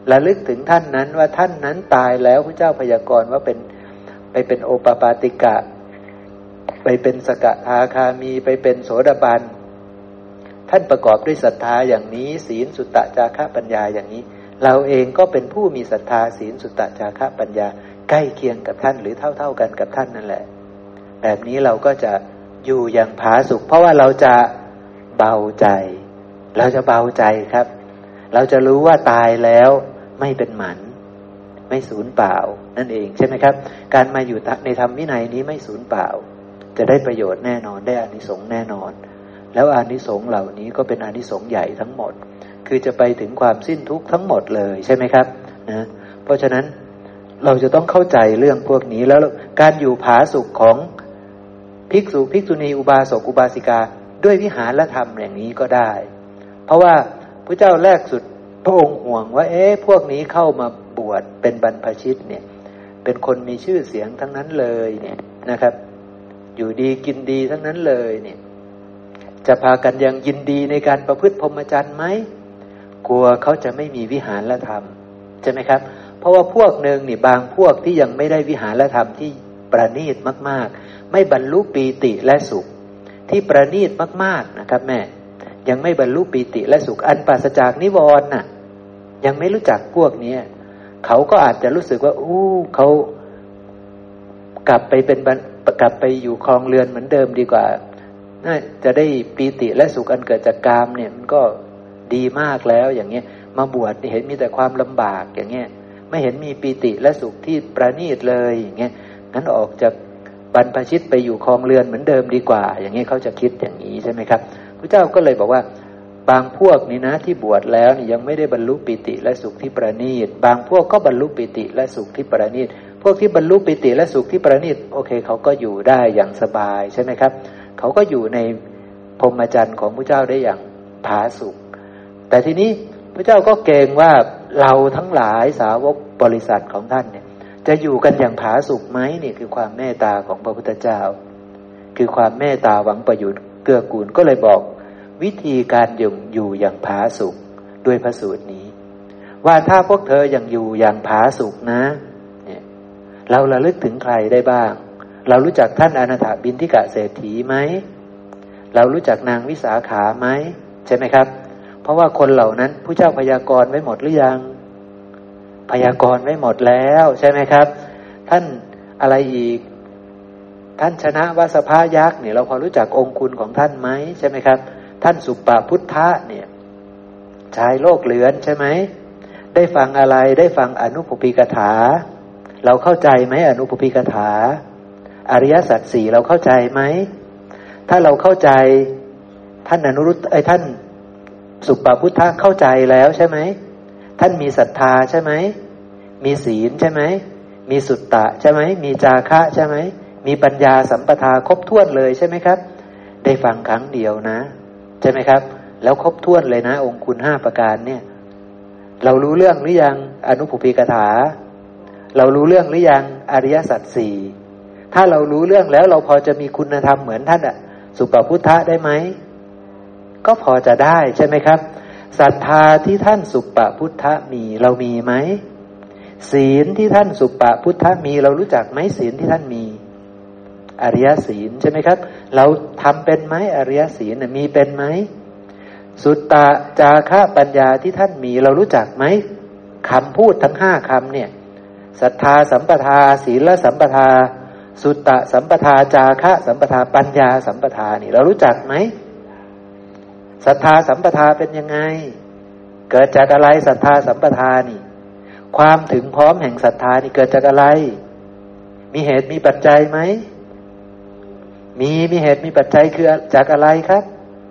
ระลึกถึงท่านนั้นว่าท่านนั้นตายแล้วพระเจ้าพยากรณ์ว่าไปเป็นโอปปาติกะไปเป็นสกทาคามีไปเป็นโสดาบันท่านประกอบด้วยศรัทธาอย่างนี้ศีลสุตตะจาคะปัญญาอย่างนี้เราเองก็เป็นผู้มีศรัทธาศีลสุตตะจาคะปัญญาใกล้เคียงกับท่านหรือเท่ากันกับท่านนั่นแหละแบบนี้เราก็จะอยู่อย่างผาสุกเพราะว่าเราจะเบาใจเราจะเบาใจครับเราจะรู้ว่าตายแล้วไม่เป็นหมันไม่สูญเปล่านั่นเองใช่ไหมครับการมาอยู่ในธรรมวินัยนี้ไม่สูญเปล่าจะได้ประโยชน์แน่นอนได้อานิสงส์แน่นอนแล้วอานิสงส์เหล่านี้ก็เป็นอานิสงส์ใหญ่ทั้งหมดคือจะไปถึงความสิ้นทุกข์ทั้งหมดเลยใช่ไหมครับนะเพราะฉะนั้นเราจะต้องเข้าใจเรื่องพวกนี้แล้วการอยู่ผาสุกของภิกษุภิกษุณีอุบาสกอุบาสิกาด้วยวิหารธรรมอย่างนี้ก็ได้เพราะว่าพระเจ้าแรกสุดพระองค์ห่วงว่าพวกนี้เข้ามาบวชเป็นบรรพชิตเนี่ยเป็นคนมีชื่อเสียงทั้งนั้นเลยเนี่ยนะครับอยู่ดีกินดีทั้งนั้นเลยเนี่ยจะพากันยังยินดีในการประพฤติพรหมจรรย์ไหมกลัวเขาจะไม่มีวิหารธรรมใช่ไหมครับเพราะว่าพวกหนึ่งนี่บางพวกที่ยังไม่ได้วิหารธรรมที่ประณีตมากๆไม่บรรลุปีติและสุขที่ประณีตมากๆนะครับแม่ยังไม่บรรลุปีติและสุขอันปราศจากนิวรณ์น่ะยังไม่รู้จักพวกนี้เขาก็อาจจะรู้สึกว่าเขากลับไปอยู่ครองเรือนเหมือนเดิมดีกว่าน่าจะได้ปีติและสุขอันเกิดจากกามเนี่ยมันก็ดีมากแล้วอย่างเงี้ยมาบวชเห็นมีแต่ความลำบากอย่างเงี้ยไม่เห็นมีปีติและสุขที่ประณีตเลยอย่างเงี้ยงั้นออกจากบรรพชิตไปอยู่ครองเรือนเหมือนเดิมดีกว่าอย่างเงี้ยเขาจะคิดอย่างนี้ใช่ไหมครับพระเจ้าก็เลยบอกว่าบางพวกนี่นะที่บวชแล้วนี่ยังไม่ได้บรรลุปิติและสุขที่ประณีตบางพวกก็บรรลุปิติและสุขที่ประณีตพวกที่บรรลุปิติและสุขที่ประณีตโอเคเขาก็อยู่ได้อย่างสบายใช่ไหมครับเขาก็อยู่ในพรหมจรรย์ของพระเจ้าได้อย่างผาสุกแต่ทีนี้พระเจ้าก็เกรงว่าเราทั้งหลายสาวกบริษัทของท่านเนี่ยจะอยู่กันอย่างผาสุกไหมนี่คือความเมตตาของพระพุทธเจ้าคือความเมตตาหวังประโยชน์เกื้อกูลก็เลยบอกวิธีการอยู่อย่างผาสุกด้วยพระสูตรนี้ว่าถ้าพวกเธอยังอยู่อย่างผาสุกนะเนี่ยเราระลึกถึงใครได้บ้างเรารู้จักท่านอนาถบิณฑิกะเศรษฐีไหมเรารู้จักนางวิสาขาไหมใช่ไหมครับเพราะว่าคนเหล่านั้นผู้เจ้าพยากรณ์ไว้หมดหรือยังพยากรณ์ไว้หมดแล้วใช่ไหมครับท่านอะไรอีกท่านชนะวสภายักษ์เนี่ยเราพอรู้จักองค์คุณของท่านไหมใช่ไหมครับท่านสุปปพุทธะเนี่ยชายโลกเลือนใช่ไหมได้ฟังอะไรได้ฟังอนุปปิกถาเราเข้าใจไหมอนุปปิกถาอริยสัจสี่เราเข้าใจไหมถ้าเราเข้าใจท่านอนุรุตท่านสุปปพุทธะเข้าใจแล้วใช่ไหมท่านมีศรัทธาใช่ไหมมีศีลใช่ไหมมีสุตตะใช่ไหมมีจาคะใช่ไหมมีปัญญาสัมปทาครบถ้วนเลยใช่ไหมครับได้ฟังครั้งเดียวนะใช่ไหมครับแล้วครบถ้วนเลยนะองค์คุณ5ประการเนี่ยเรารู้เรื่องหรือยังอนุปปิกถาเรารู้เรื่องหรือยังอริยสัจสี่ถ้าเรารู้เรื่องแล้วเราพอจะมีคุณธรรมเหมือนท่านสุปปพุทธะได้ไหมก็พอจะได้ใช่ไหมครับศรัทธาที่ท่านสุปปพุทธะมีเรามีไหมศีลที่ท่านสุปปพุทธะมีเรารู้จักไหมศีลที่ท่านมีอริยศีลใช่ไหมครับเราทำเป็นไหมอริยศีลมีเป็นไหมสุตตะจาคะปัญญาที่ท่านมีเรารู้จักไหมคำพูดทั้ง5คำเนี่ยศรัทธาสัมปทาศีลสัมปทาสุตตะสัมปทาจาคะสัมปทาปัญญาสัมปทานี่เรารู้จักไหมศรัทธาสัมปทาเป็นยังไงเกิดจากอะไรศรัทธาสัมปทานี่ความถึงพร้อมแห่งศรัทธานี่เกิดจากอะไรมีเหตุมีปัจจัยไหมมีเหตุมีปัจจัยคือจากอะไรครับ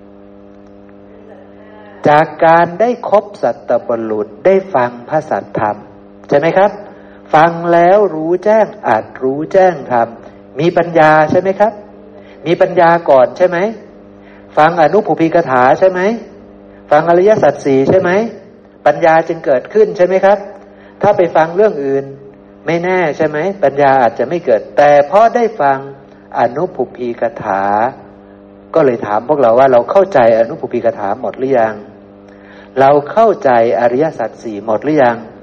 จากการได้คบสัตตบุรุษได้ฟังพระสัทธรรมใช่ไหมครับฟังแล้วรู้แจ้งอาจรู้แจ้งธรรมมีปัญญาใช่ไหมครับมีปัญญาก่อนใช่ไหมฟังอนุปปิกถาใช่ไหมฟังอริยสัจสี่ใช่ไหมปัญญาจึงเกิดขึ้นใช่ไหมครับถ้าไปฟังเรื่องอื่นไม่แน่ใช่ไหมปัญญาอาจจะไม่เกิดแต่พอได้ฟังอนุปปิกถาก็เลยถามพวกเราว่าเราเข้าใจอนุปปิกถาหมดหรือยังเราเข้าใจอริยสัจสี่หมดหรือยัง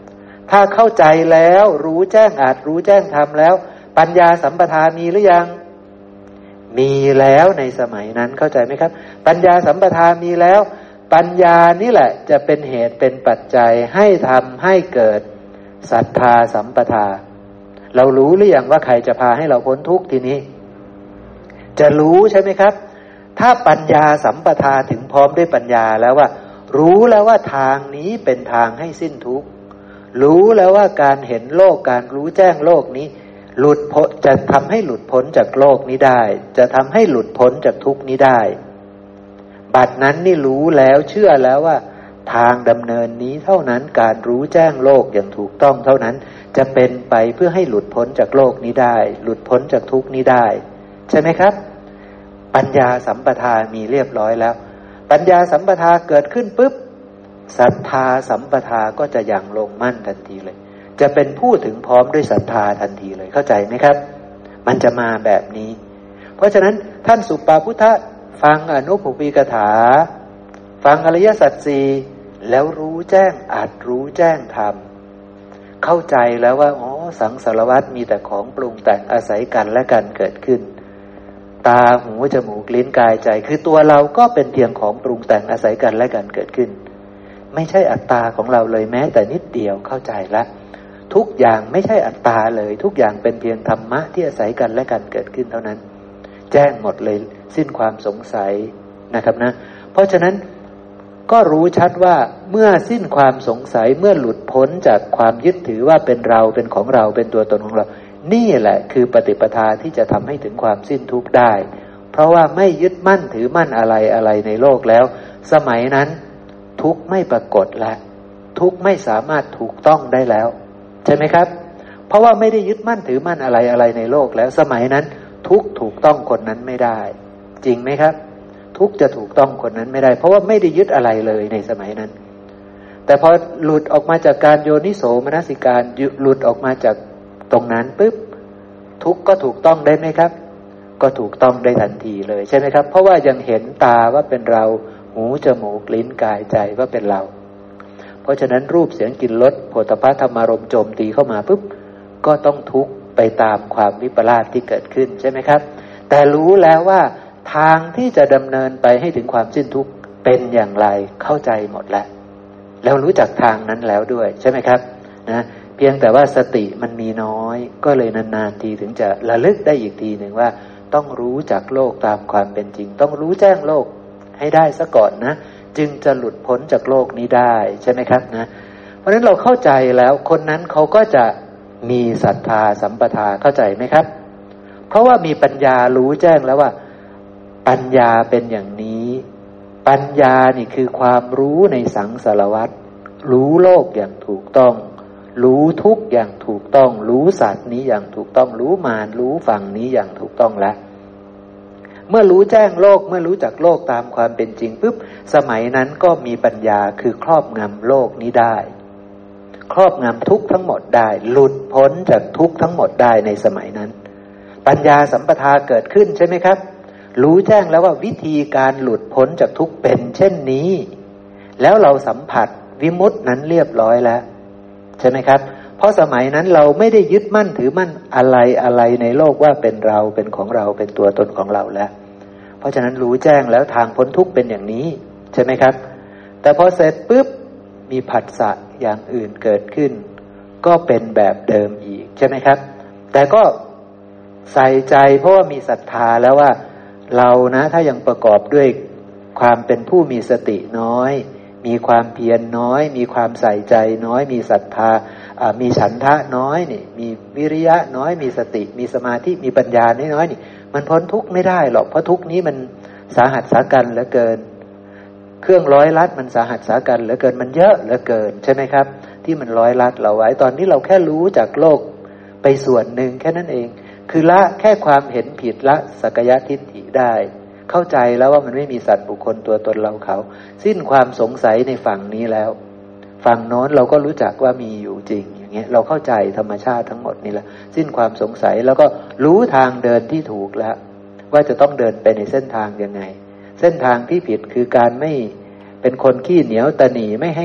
ถ้าเข้าใจแล้วรู้แจ้งอาจรู้แจ้งธรรมแล้วปัญญาสัมปทามีหรือยังมีแล้วในสมัยนั้นเข้าใจไหมครับปัญญาสัมปทามีแล้วปัญญานี่แหละจะเป็นเหตุเป็นปัจจัยให้ทำให้เกิดศรัทธาสัมปทาเรารู้หรือยังว่าใครจะพาให้เราพ้นทุกข์ทีนี้จะรู้ใช่ไหมครับถ้าปัญญาสัมปทาถึงพร้อมด้วยปัญญาแล้วว่ารู้แล้วว่าทางนี้เป็นทางให้สิ้นทุกข์รู้แล้วว่าการเห็นโลกการรู้แจ้งโลกนี้หลุดพ้นจะทำให้หลุดพ้นจากโลกนี้ได้จะทำให้หลุดพ้นจากทุกข์นี้ได้บัดนั้นนี่รู้แล้วเชื่อแล้วว่าทางดำเนินนี้เท่านั้นการรู้แจ้งโลกอย่างถูกต้องเท่านั้นจะเป็นไปเพื่อให้หลุดพ้นจากโลกนี้ได้หลุดพ้นจากทุกข์นี้ได้ใช่ไหมครับปัญญาสัมปทามีเรียบร้อยแล้วปัญญาสัมปทาเกิดขึ้นปุ๊บศรัทธาสัมปทาก็จะอย่างลงมั่นทันทีเลยจะเป็นผู้ถึงพร้อมด้วยศรัทธาทันทีเลยเข้าใจไหมครับมันจะมาแบบนี้เพราะฉะนั้นท่านสุปาพุทธะฟังอนุปปิกถาฟังอริยสัจสี่แล้วรู้แจ้งอาจรู้แจ้งธรรมเข้าใจแล้วว่าอ๋อสังสารวัฏมีแต่ของปรุงแต่งอาศัยกันและกันเกิดขึ้นตาหูจมูกลิ้นกายใจคือตัวเราก็เป็นเพียงของปรุงแต่งอาศัยกันและกันเกิดขึ้นไม่ใช่อัตตาของเราเลยแม้แต่นิดเดียวเข้าใจละทุกอย่างไม่ใช่อัตตาเลยทุกอย่างเป็นเพียงธรรมะที่อาศัยกันและกันเกิดขึ้นเท่านั้นแจ้งหมดเลยสิ้นความสงสัยนะครับนะเพราะฉะนั้นก็รู้ชัดว่าเมื่อสิ้นความสงสัยเมื่อหลุดพ้นจากความยึดถือว่าเป็นเราเป็นของเราเป็นตัวตนของเรานี่แหละคือปฏิปทาที่จะทำให้ถึงความสิ้นทุกข์ได้เพราะว่าไม่ยึดมั่นถือมั่นอะไรในโลกแล้วสมัยนั้นทุกข์ไม่ปรากฏแล้วทุกข์ไม่สามารถถูกต้องได้แล้วใช่ไหมครับเพราะว่าไม่ได้ยึดมั่นถือมั่นอะไรในโลกแล้วสมัยนั้นทุกข์ถูกต้องคนนั้นไม่ได้จริงไหมครับทุกข์จะถูกต้องคนนั้นไม่ได้เพราะว่าไม่ได้ยึดอะไรเลยในสมัยนั้นแต่พอหลุดออกมาจากการโยนิโสมนสิการหลุดออกมาจากตรงนั้นปุ๊บทุกข์ก็ถูกต้องได้ไหมครับก็ถูกต้องได้ทันทีเลยใช่ไหมครับเพราะว่ายังเห็นตาว่าเป็นเราหูจมูกลิ้นกายใจว่าเป็นเราเพราะฉะนั้นรูปเสียงกลิ่นรสโผฏฐัพพะธรรมารมณ์โจมตีเข้ามาปุ๊บก็ต้องทุกข์ไปตามความวิปลาสที่เกิดขึ้นใช่ไหมครับแต่รู้แล้วว่าทางที่จะดำเนินไปให้ถึงความสิ้นทุกข์เป็นอย่างไรเข้าใจหมดแล้วรู้จักทางนั้นแล้วด้วยใช่ไหมครับนะเพียงแต่ว่าสติมันมีน้อยก็เลยนานๆทีถึงจะระลึกได้อีกทีหนึ่งว่าต้องรู้จักโลกตามความเป็นจริงต้องรู้แจ้งโลกให้ได้ซะก่อนนะจึงจะหลุดพ้นจากโลกนี้ได้ใช่ไหมครับนะเพราะฉะนั้นเราเข้าใจแล้วคนนั้นเขาก็จะมีศรัทธาสัมปทาเข้าใจไหมครับเพราะว่ามีปัญญารู้แจ้งแล้วว่าปัญญาเป็นอย่างนี้ปัญญานี่คือความรู้ในสังสารวัฏรู้โลกอย่างถูกต้องรู้ทุกอย่างถูกต้องรู้สัตว์นี้อย่างถูกต้องรู้มารรู้ฝั่งนี้อย่างถูกต้องแล้วเมื่อรู้แจ้งโลกเมื่อรู้จักโลกตามความเป็นจริงปุ๊บสมัยนั้นก็มีปัญญาคือครอบงำโลกนี้ได้ครอบงำทุกข์ทั้งหมดได้หลุดพ้นจากทุกข์ทั้งหมดได้ในสมัยนั้นปัญญาสัมปทาเกิดขึ้นใช่ไหมครับรู้แจ้งแล้วว่าวิธีการหลุดพ้นจากทุกข์เป็นเช่นนี้แล้วเราสัมผัสวิมุตตินั้นเรียบร้อยแล้วใช่ไหมครับเพราะสมัยนั้นเราไม่ได้ยึดมั่นถือมั่นอะไรในโลกว่าเป็นเราเป็นของเราเป็นตัวตนของเราแล้วเพราะฉะนั้นรู้แจ้งแล้วทางพ้นทุกข์เป็นอย่างนี้ใช่ไหมครับแต่พอเสร็จปุ๊บมีผัสสะอย่างอื่นเกิดขึ้นก็เป็นแบบเดิมอีกใช่ไหมครับแต่ก็ใส่ใจเพราะว่ามีศรัทธาแล้วว่าเรานะถ้ายังประกอบด้วยความเป็นผู้มีสติน้อยมีความเพียรน้อยมีความใส่ใจน้อยมีศรัทธามีฉันทะน้อยนี่มีวิริยะน้อยมีสติมีสมาธิมีปัญญาน้อยนี่มันพ้นทุกข์ไม่ได้หรอกเพราะทุกข์นี้มันสาหัสสากันเหลือเกินเครื่องร้อยลัดมันสาหัสสากันเหลือเกินมันเยอะเหลือเกินใช่ไหมครับที่มันร้อยลัดเราไว้ตอนนี้เราแค่รู้จากโลกไปส่วนหนึ่งแค่นั้นเองคือละแค่ความเห็นผิดละสักกายทิฏฐิได้เข้าใจแล้วว่ามันไม่มีสัตว์บุคคลตัวตนเราเขาสิ้นความสงสัยในฝั่งนี้แล้วฝั่งโน้นเราก็รู้จักว่ามีอยู่จริงอย่างเงี้ยเราเข้าใจธรรมชาติทั้งหมดนี่แหละสิ้นความสงสัยแล้วก็รู้ทางเดินที่ถูกแล้วว่าจะต้องเดินไปในเส้นทางยังไงเส้นทางที่ผิดคือการไม่เป็นคนขี้เหนียวตะหนี่ไม่ให้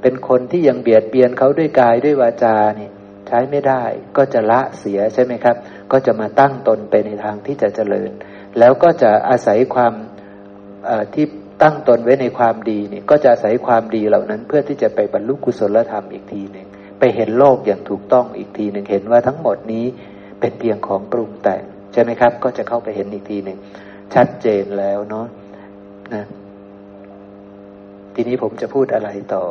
เป็นคนที่ยังเบียดเบียนเขาด้วยกายด้วยวาจานี่ใช้ไม่ได้ก็จะละเสียใช่ไหมครับก็จะมาตั้งตนไปในทางที่จะเจริญแล้วก็จะอาศัยความที่ตั้งตนไว้ในความดีนี่ก็จะอาศัยความดีเหล่านั้นเพื่อที่จะไปบรรลุกุศลธรรมอีกทีหนึ่งไปเห็นโลกอย่างถูกต้องอีกทีหนึ่งเห็นว่าทั้งหมดนี้เป็นเพียงของปรุงแต่งใช่ไหมครับก็จะเข้าไปเห็นอีกทีหนึ่งชัดเจนแล้วเนาะนะทีนี้ผมจะพูดอะไรต่อ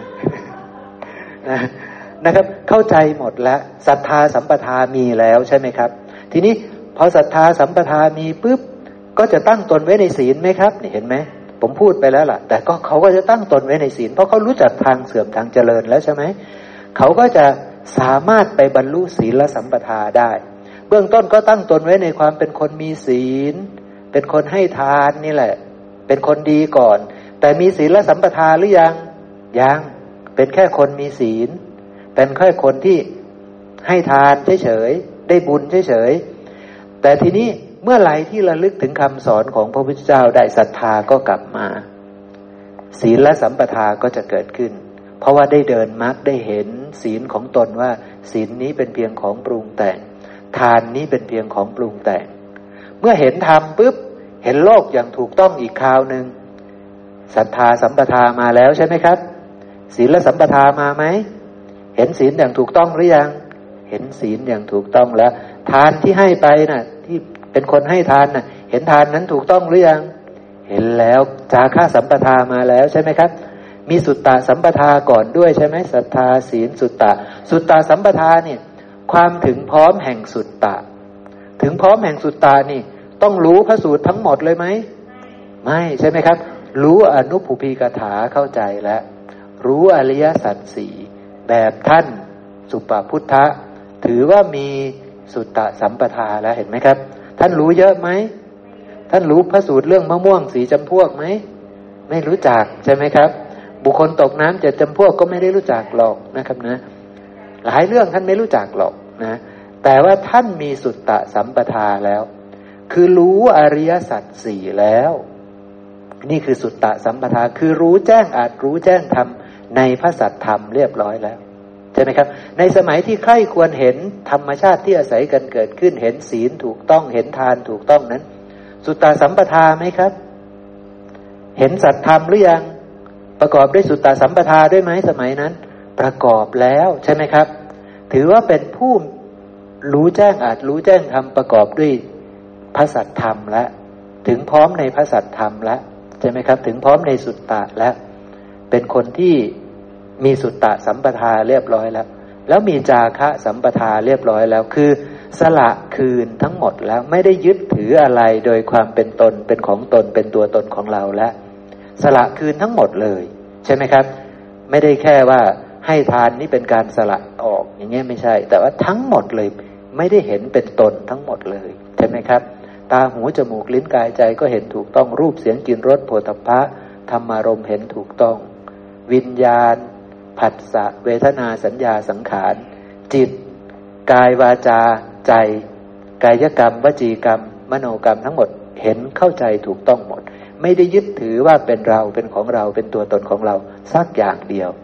นะครับเข้าใจหมดแล้วศรัทธาสัมปทามีแล้วใช่ไหมครับทีนี้พอศรัทธาสัมปทามีปุ๊บก็จะตั้งตนไว้ในศีลไหมครับนี่เห็นไหมผมพูดไปแล้วล่ะแต่ก็เขาก็จะตั้งตนไว้ในศีลเพราะเขารู้จักทางเสื่อมทางเจริญแล้วใช่ไหมเขาก็จะสามารถไปบรรลุศีลสัมปทาได้เบื้องต้นก็ตั้งตนไว้ในความเป็นคนมีศีลเป็นคนให้ทานนี่แหละเป็นคนดีก่อนแต่มีศีลสัมปทาหรือยังเป็นแค่คนมีศีลเป็นแค่คนที่ให้ทานเฉยๆได้บุญเฉยๆแต่ทีนี้เมื่อไหร่ที่ระลึกถึงคำสอนของพระพุทธเจ้าได้ศรัทธาก็กลับมาศีลสัมปทาก็จะเกิดขึ้นเพราะว่าได้เดินมรรคได้เห็นศีลของตนว่าศีลนี้เป็นเพียงของปรุงแต่งทานนี้เป็นเพียงของปรุงแต่งเมื่อเห็นธรรมปุ๊บเห็นโลกอย่างถูกต้องอีกคราวนึงศรัทธาสัมปทามาแล้วใช่ไหมครับศีลสัมปทามาไหมเห็นศีลอย่างถูกต้องหรือยังเห็นศีลอย่างถูกต้องแล้วทานที่ให้ไปน่ะที่เป็นคนให้ทานน่ะเห็นทานนั้นถูกต้องหรือยังเห็นแล้วจาคะสัมปทามาแล้วใช่ไหมครับมีสุตตะสัมปทาก่อนด้วยใช่ไหมศรัทธาศีลสุตตะสัมปทาเนี่ยความถึงพร้อมแห่งสุตตะถึงพร้อมแห่งสุตตะนี่ต้องรู้พระสูตรทั้งหมดเลยไหมไม่ใช่ไหมครับรู้อนุภูพีกถาเข้าใจแล้วรู้อริยสัจสี่แบบท่านสุปพุทธะถือว่ามีสุตตะสัมปทาแล้วเห็นไหมครับท่านรู้เยอะไหมท่านรู้พระสูตรเรื่องมะม่วงสีจำพวกไหมไม่รู้จักใช่ไหมครับบุคคลตกน้ำ7จำพวกก็ไม่ได้รู้จักหรอกนะครับนะหลายเรื่องท่านไม่รู้จักหรอกนะแต่ว่าท่านมีสุตตะสัมปทาแล้วคือรู้อริยสัจสี่แล้วนี่คือสุตตะสัมปทาคือรู้แจ้งอาจรู้แจ้งธรรมในพระสัทธรรมเรียบร้อยแล้วใช่ไหมครับในสมัยที่ใคร่ควรเห็นธรรมชาติที่อาศัยกันเกิดขึ้นเห็นศีลถูกต้องเห็นทานถูกต้องนั้นสุตตะสัมปทาไหมครับเห็นสัทธรรมหรือยังประกอบด้วยสุตตะสัมปทาด้วยไหมสมัยนั้นประกอบแล้วใช่ไหมครับถือว่าเป็นผู้รู้แจ้งอาจรู้แจ้งธรรมประกอบด้วยพระสัทธรรมแล้วถึงพร้อมในพระสัทธรรมแล้วใช่ไหมครับถึงพร้อมในสุตตะแล้วเป็นคนที่มีสุตตะสัมปทาเรียบร้อยแล้วมีจาคะสัมปทาเรียบร้อยแล้วคือสละคืนทั้งหมดแล้วไม่ได้ยึดถืออะไรโดยความเป็นตนเป็นของตนเป็นตัวตนของเราแล้วสละคืนทั้งหมดเลยใช่ไหมครับไม่ได้แค่ว่าให้ทานนี่เป็นการสละออกอย่างเงี้ยไม่ใช่แต่ว่าทั้งหมดเลยไม่ได้เห็นเป็นตนทั้งหมดเลยใช่ไหมครับตาหูจมูกลิ้นกายใจก็เห็นถูกต้องรูปเสียงกลิ่นรสโผฏฐัพพะธรรมารมณ์เห็นถูกต้องวิญญาณผัสสะเวทนาสัญญาสังขารจิตกายวาจาใจกายกรรมวจีกรรมมโนกรรมทั้งหมดเห็นเข้าใจถูกต้องหมดไม่ได้ยึดถือว่าเป็นเราเป็นของเราเป็นตัวตนของเราสักอย่างเดียว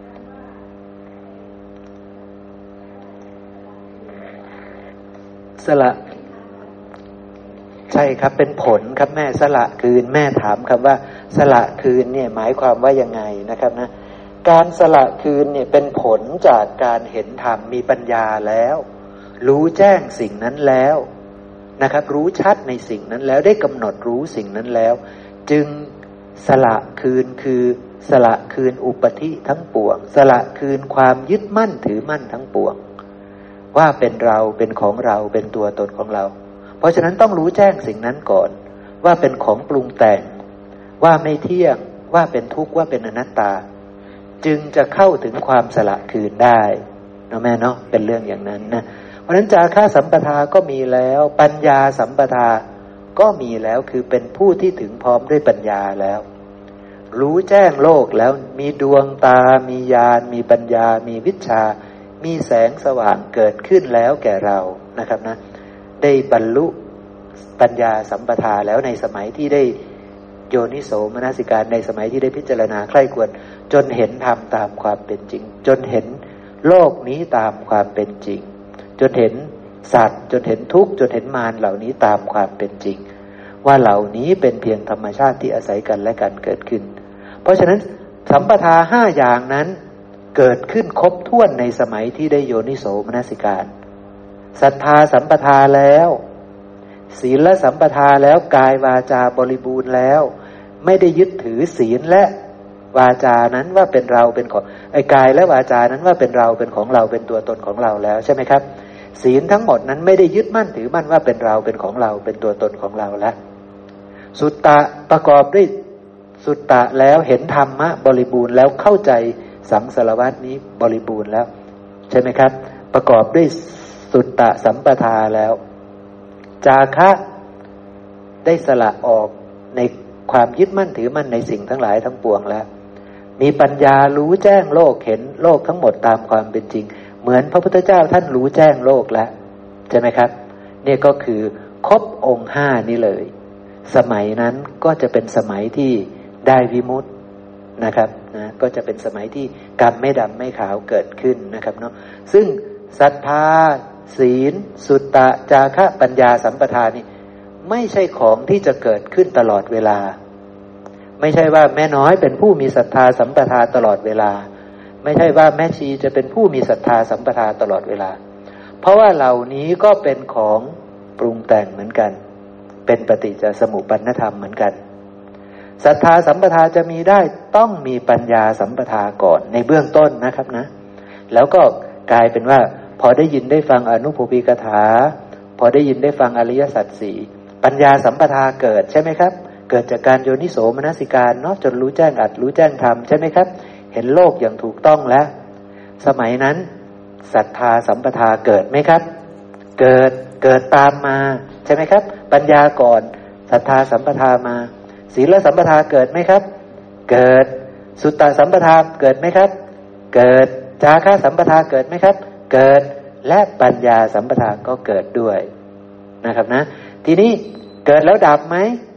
สละใช่ครับเป็นผลครับแม่สละคืนแม่ถามครับว่าสละคืนเนี่ยหมายความว่ายังไงนะครับนะการสละคืนเนี่ยเป็นผลจากการเห็นธรรมมีปัญญาแล้วรู้แจ้งสิ่งนั้นแล้วนะครับรู้ชัดในสิ่งนั้นแล้วได้กำหนดรู้สิ่งนั้นแล้วจึงสละคืนคือสละคืนอุปธิทั้งปวงสละคืนความยึดมั่นถือมั่นทั้งปวงว่าเป็นเราเป็นของเราเป็นตัวตนของเราเพราะฉะนั้นต้องรู้แจ้งสิ่งนั้นก่อนว่าเป็นของปรุงแต่งว่าไม่เที่ยงว่าเป็นทุกข์ว่าเป็นอนัตตาจึงจะเข้าถึงความสละคืนได้นะแม่เนาะเป็นเรื่องอย่างนั้นนะเพราะฉะนั้นจาคะสัมปทาก็มีแล้วปัญญาสัมปทาก็มีแล้วคือเป็นผู้ที่ถึงพร้อมด้วยปัญญาแล้วรู้แจ้งโลกแล้วมีดวงตามีญาณมีปัญญามีวิชชามีแสงสว่างเกิดขึ้นแล้วแก่เรานะครับนะได้บรรลุปัญญาสัมปทาแล้วในสมัยที่ได้โยนิโสมนสิการในสมัยที่ได้พิจารณาใคร่ควรจนเห็นธรรมตามความเป็นจริงจนเห็นโลกนี้ตามความเป็นจริงจนเห็นสัตว์จนเห็นทุกข์จนเห็นมารเหล่านี้ตามความเป็นจริงว่าเหล่านี้เป็นเพียงธรรมชาติที่อาศัยกันและกันเกิดขึ้นเพราะฉะนั้นสัมปทา5อย่างนั้นเกิดขึ้นครบถ้วนในสมัยที่ได้โยนิโสมนสิการศรัทธาสัมปทาแล้วศีลสัมปทาแล้วกายวาจาบริบูรณ์แล้วไม่ได้ยึดถือศีลและวาจานั้นว่าเป็นเราเป็นของกายและวาจานั้นว่าเป็นเราเป็นของเราเป็นตัวตนของเราแล้วใช่ไหมครับศีลทั้งหมดนั้นไม่ได้ยึดมั่นถือมั่นว่าเป็นเราเป็นของเราเป็นตัวตนของเราแล้วสุตตะประกอบด้วยสุตตะแล้วเห็นธรรมะบริบูรณ์แล้วเข้าใจสังสารวัฏนี้บริบูรณ์แล้วใช่ไหมครับประกอบด้วยสุตตะสัมปทาแล้วจาคะได้สละออกในความยึดมั่นถือมั่นในสิ่งทั้งหลายทั้งปวงแล้วมีปัญญารู้แจ้งโลกเห็นโลกทั้งหมดตามความเป็นจริงเหมือนพระพุทธเจ้าท่านรู้แจ้งโลกแล้วใช่ไหมครับนี่ก็คือครบองค์5นี้เลยสมัยนั้นก็จะเป็นสมัยที่ได้วิมุตตินะครับนะก็จะเป็นสมัยที่กรรมไม่ดำไม่ขาวเกิดขึ้นนะครับเนาะซึ่งศรัทธาศีลสุตตะจาคะปัญญาสัมปทานี่ไม่ใช่ของที่จะเกิดขึ้นตลอดเวลาไม่ใช่ว่าแม่น้อยเป็นผู้มีศรัทธาสัมปทาตลอดเวลาไม่ใช่ว่าแม่ชีจะเป็นผู้มีศรัทธาสัมปทาตลอดเวลาเพราะว่าเหล่านี้ก็เป็นของปรุงแต่งเหมือนกันเป็นปฏิจจสมุปปนธรรมเหมือนกันศรัทธาสัมปทาจะมีได้ต้องมีปัญญาสัมปทาก่อนในเบื้องต้นนะครับนะแล้วก็กลายเป็นว่าพอได้ยินได้ฟังอนุภูปิกถาพอได้ยินได้ฟังอริยสัจสี่ปัญญาสัมปทาเกิดใช่ไหมครับเกิดจากการโยนิโสมนสิการเนาะจนรู้แจ้งอัตรู้แจ้งธรรมใช่ไหมครับเห็นโลกอย่างถูกต้องแล้วสมัยนั้นศรัทธาสัมปทาเกิดไหมครับเกิดตามมาใช่ไหมครับปัญญาก่อนศรัทธาสัมปทามาศีลสัมปทาเกิดไหมครับเกิดสุตตะสัมปทาเกิดไหมครับเกิดจาคะสัมปทาเกิดไหมครับเกิดและปัญญาสัมปทาก็เกิดด้วยนะครับนะทีนี้เกิดแล้วดับไหม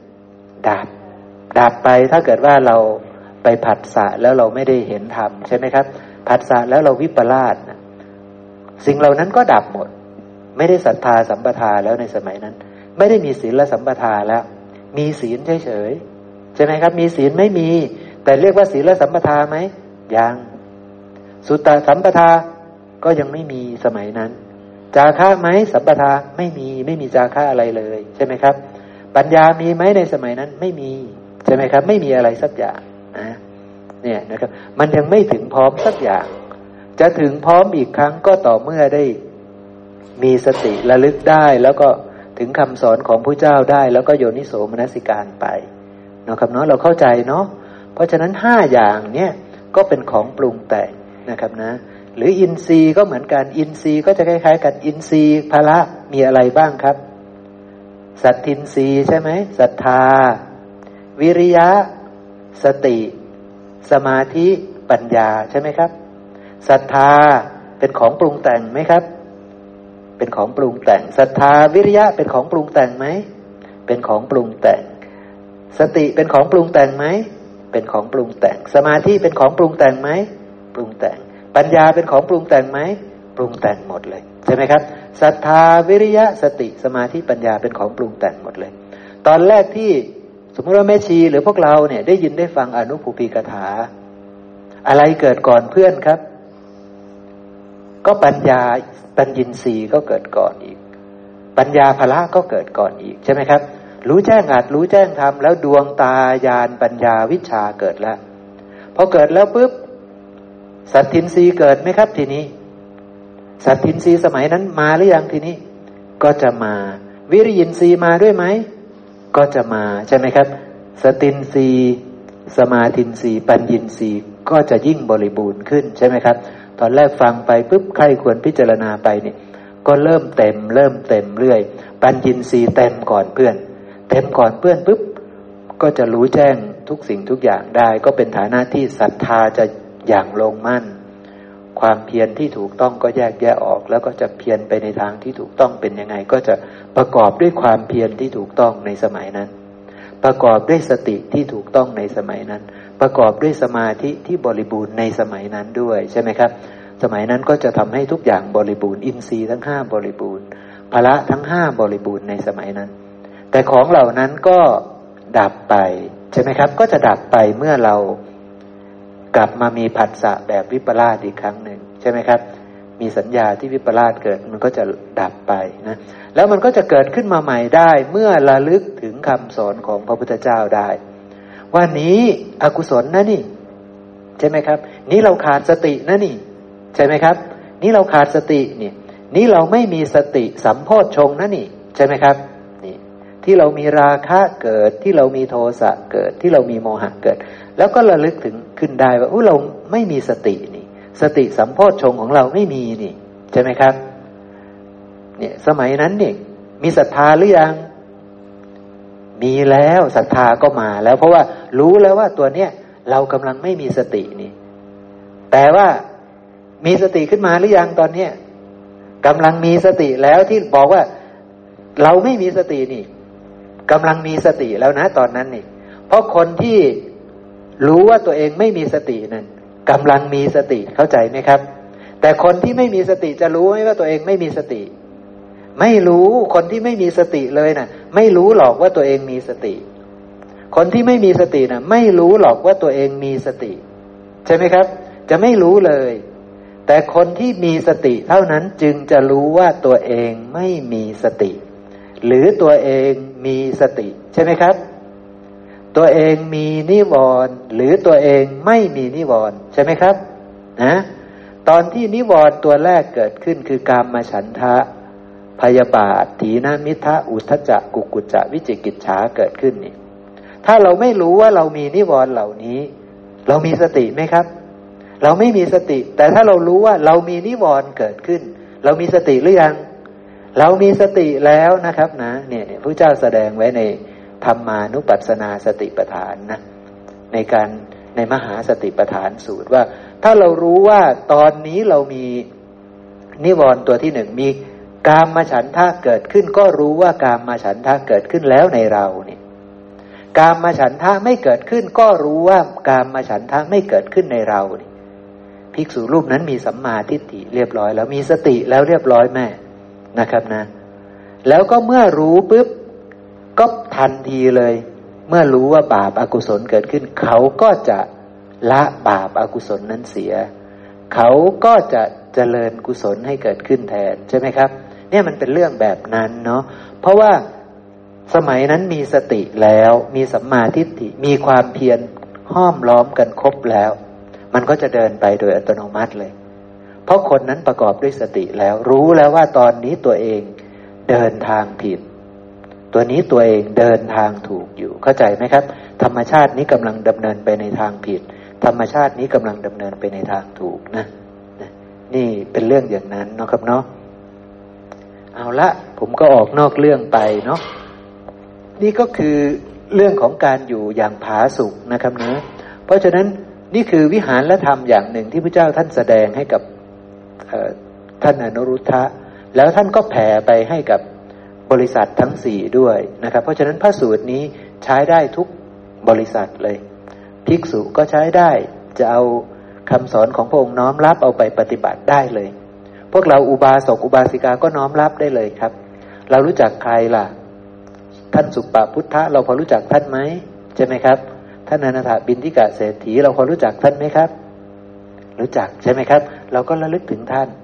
ดับไปถ้าเกิดว่าเราไปผัสสะแล้วเราไม่ได้เห็นธรรมใช่ไหมครับผัสสะแล้วเราวิปลาสสิ่งเหล่านั้นก็ดับหมดไม่ได้ศรัทธาสัมปทาแล้วในสมัยนั้นไม่ได้มีศีลสัมปทาแล้วมีศีลเฉยๆใช่ไหมครับมีศีลไม่มีแต่เรียกว่าศีลสัมปทาไหมยังสุตตะสัมปทาก็ยังไม่มีสมัยนั้นจาคะไหมสัมปทาไม่มีจาคะอะไรเลยใช่ไหมครับปัญญามีไหมในสมัยนั้นไม่มีใช่ไหมครับไม่มีอะไรสักอย่างนะเนี่ยนะครับมันยังไม่ถึงพร้อมสักอย่างจะถึงพร้อมอีกครั้งก็ต่อเมื่อได้มีสติระลึกได้แล้วก็ถึงคำสอนของพระเจ้าได้แล้วก็โยนิโสมนสิการไปนะครับเนาะเราเข้าใจเนาะเพราะฉะนั้น5อย่างเนี่ยก็เป็นของปรุงแต่งนะครับนะหรืออินทรีย์ก็เหมือนกันอินทรีย์ก็จะคล้ายๆกันอินทรีย์พละมีอะไรบ้างครับสัตทินทรีย์ใช่ไหมศรัทธาวิริยะสติสมาธิปัญญาใช่ไหมครับศรัทธาเป็นของปรุงแต่งไหมครับเป็นของปรุงแต่งศรัทธาวิริยะเป็นของปรุงแต่งไหมเป็นของปรุงแต่งสติเป็นของปรุงแต่งไหมเป็นของปรุงแต่งสมาธิเป็นของปรุงแต่งไหมปรุงแต่งปัญญาเป็นของปรุงแต่งไหมปรุงแต่งหมดเลยใช่ไหมครับศรัทธาวิริยะสติสมาธิปัญญาเป็นของปรุงแต่งหมดเลยตอนแรกที่สมมติว่าแม่ชีหรือพวกเราเนี่ยได้ยินได้ฟังอนุภูปิกถาอะไรเกิดก่อนเพื่อนครับก็ปัญญินทรีย์ก็เกิดก่อนอีกปัญญาภละก็เกิดก่อนอีกใช่ไหมครับรู้แจ้งอัตรู้แจ้งธรรมแล้วดวงตาญาณปัญญาวิชชาเกิดแล้วพอเกิดแล้วปุ๊บสัตทินทรีย์เกิดไหมครับทีนี้สัตทินทรีย์สมัยนั้นมาหรือยังทีนี้ก็จะมาวิริยินทรีย์มาด้วยไหมก็จะมาใช่ไหมครับสตินทรีย์สมาธินทรีย์ปัญญินทรีย์ก็จะยิ่งบริบูรณ์ขึ้นใช่ไหมครับตอนแรกฟังไปปุ๊บใครควรพิจารณาไปเนี่ยก็เริ่มเต็มเรื่อยปัญญินทรีย์เต็มก่อนเพื่อนปุ๊บก็จะรู้แจ้งทุกสิ่งทุกอย่างได้ก็เป็นฐานะที่ศรัทธาจะอย่างลงมั่นความเพียรที่ถูกต้องก็แยกแยะออกแล้วก็จะเพียรไปในทางที่ถูกต้องเป็นยังไงก็จะประกอบด้วยความเพียรที่ถูกต้องในสมัยนั้นประกอบด้วยสติที่ถูกต้องในสมัยนั้นประกอบด้วยสมาธิที่บริบูรณ์ในสมัยนั้นด้วยใช่ไหมครับสมัยนั้นก็จะทำให้ทุกอย่างบริบูรณ์อินทรีย์ทั้ง5บริบูรณ์พละทั้ง5บริบูรณ์ในสมัยนั้นแต่ของเหล่านั้นก็ดับไปใช่ไหมครับก็จะดับไปเมื่อเรากลับมามีผัสสะแบบวิปลาสอีกครั้งหนึ่งใช่ไหมครับมีสัญญาที่วิปลาสเกิดมันก็จะดับไปนะแล้วมันก็จะเกิดขึ้นมาใหม่ได้เมื่อระลึกถึงคำสอนของพระพุทธเจ้าได้ว่านี้อกุศลนะนี่ใช่ไหมครับนี้เราขาดสตินะนี่ใช่ไหมครับนี้เราขาดสตินี่นี้เราไม่มีสติสัมโพชฌงค์นะนี่ใช่ไหมครับนี่ที่เรามีราคะเกิดที่เรามีโทสะเกิดที่เรามีโมหะเกิดแล้วก็ระลึกถึงขึ้นได้ว่าเราไม่มีสตินี่สติสัมโพชฌงค์ของเราไม่มีนี่ใช่ไหมครับเนี่ยสมัยนั้นนี่มีศรัทธาหรือยังมีแล้วศรัทธาก็มาแล้วเพราะว่ารู้แล้วว่าตัวเนี้ยเรากำลังไม่มีสตินี่แต่ว่ามีสติขึ้นมาหรือยังตอนเนี้ยกำลังมีสติแล้วที่บอกว่าเราไม่มีสตินี่กำลังมีสติแล้วนะตอนนั้นนี่เพราะคนที่รู้ว่าตัวเองไม่มีสตินั่นกำลังมีสติเข้าใจไหมครับแต่คนที่ไม่มีสติจะรู้ไหมว่าตัวเองไม่มีสติไม่รู้คนที่ไม่มีสติเลยน่ะไม่รู้หรอกว่าตัวเองมีสติคนที่ไม่มีสติน่ะไม่รู้หรอกว่าตัวเองมีสติใช่ไหมครับจะไม่รู้เลยแต่คนที่มีสติเท่านั้นจึงจะรู้ว่าตัวเองไม่มีสติหรือตัวเองมีสติใช่ไหมครับตัวเองมีนิวรณ์หรือตัวเองไม่มีนิวรณ์ใช่ไหมครับนะตอนที่นิวรณ์ตัวแรกเกิดขึ้นคือกามฉันทะพยาบาทถีนมิทธะอุทธัจจะกุกุจจะวิจิกิจฉาเกิดขึ้นนี่ถ้าเราไม่รู้ว่าเรามีนิวรณ์เหล่านี้เรามีสติไหมครับเราไม่มีสติแต่ถ้าเรารู้ว่าเรามีนิวรณ์เกิดขึ้นเรามีสติหรือยังเรามีสติแล้วนะครับนะเนี่ยพระเจ้าแสดงไว้ในธรรมานุปัสสนาสติปัฏฐานนะในมหาสติปัฏฐานสูตรว่าถ้าเรารู้ว่าตอนนี้เรามีนิวรณ์ตัวที่หนึ่งมีกามฉันทะเกิดขึ้นก็รู้ว่ากามฉันทะเกิดขึ้นแล้วในเราเนี่ยกามฉันทะไม่เกิดขึ้นก็รู้ว่ากามฉันทะไม่เกิดขึ้นในเราเนี่ยภิกษุรูปนั้นมีสัมมาทิฏฐิเรียบร้อยแล้วมีสติแล้วเรียบร้อยแม่นะครับนะแล้วก็เมื่อรู้ปุ๊บก็ทันทีเลยเมื่อรู้ว่าบาปอกุศลเกิดขึ้นเขาก็จะละบาปอกุศลนั้นเสียเขาก็จะเจริญกุศลให้เกิดขึ้นแทนใช่ไหมครับเนี่ยมันเป็นเรื่องแบบนั้นเนาะเพราะว่าสมัยนั้นมีสติแล้วมีสัมมาทิฏฐิมีความเพียรห้อมล้อมกันครบแล้วมันก็จะเดินไปโดยอัตโนมัติเลยเพราะคนนั้นประกอบด้วยสติแล้วรู้แล้วว่าตอนนี้ตัวเองเดินทางผิดตัวนี้ตัวเองเดินทางถูกอยู่เข้าใจไหมครับธรรมชาตินี้กำลังดำเนินไปในทางผิดธรรมชาตินี้กำลังดำเนินไปในทางถูกนะนี่เป็นเรื่องอย่างนั้นเนาะครับเนาะเอาละผมก็ออกนอกเรื่องไปเนาะนี่ก็คือเรื่องของการอยู่อย่างผาสุกนะครับนะเพราะฉะนั้นนี่คือวิหารธรรมอย่างหนึ่งที่พระเจ้าท่านแสดงให้กับท่านอนุรุทธะแล้วท่านก็แผ่ไปให้กับบริษัททั้ง4ด้วยนะครับเพราะฉะนั้นพระสูตรนี้ใช้ได้ทุกบริษัทเลยภิกษุก็ใช้ได้จะเอาคำสอนของพระองค์น้อมรับเอาไปปฏิบัติได้เลยพวกเราอุบาสกอุบาสิกาก็น้อมรับได้เลยครับเรารู้จักใครล่ะท่านสุปปพุทธะเราพอรู้จักท่านไหมใช่ไหมครับท่านอนาถบิณฑิกะเศรษฐีเราพอรู้จักท่านไหมครับรู้จักใช่ไหมครับเราก็ระลึกถึงท่าน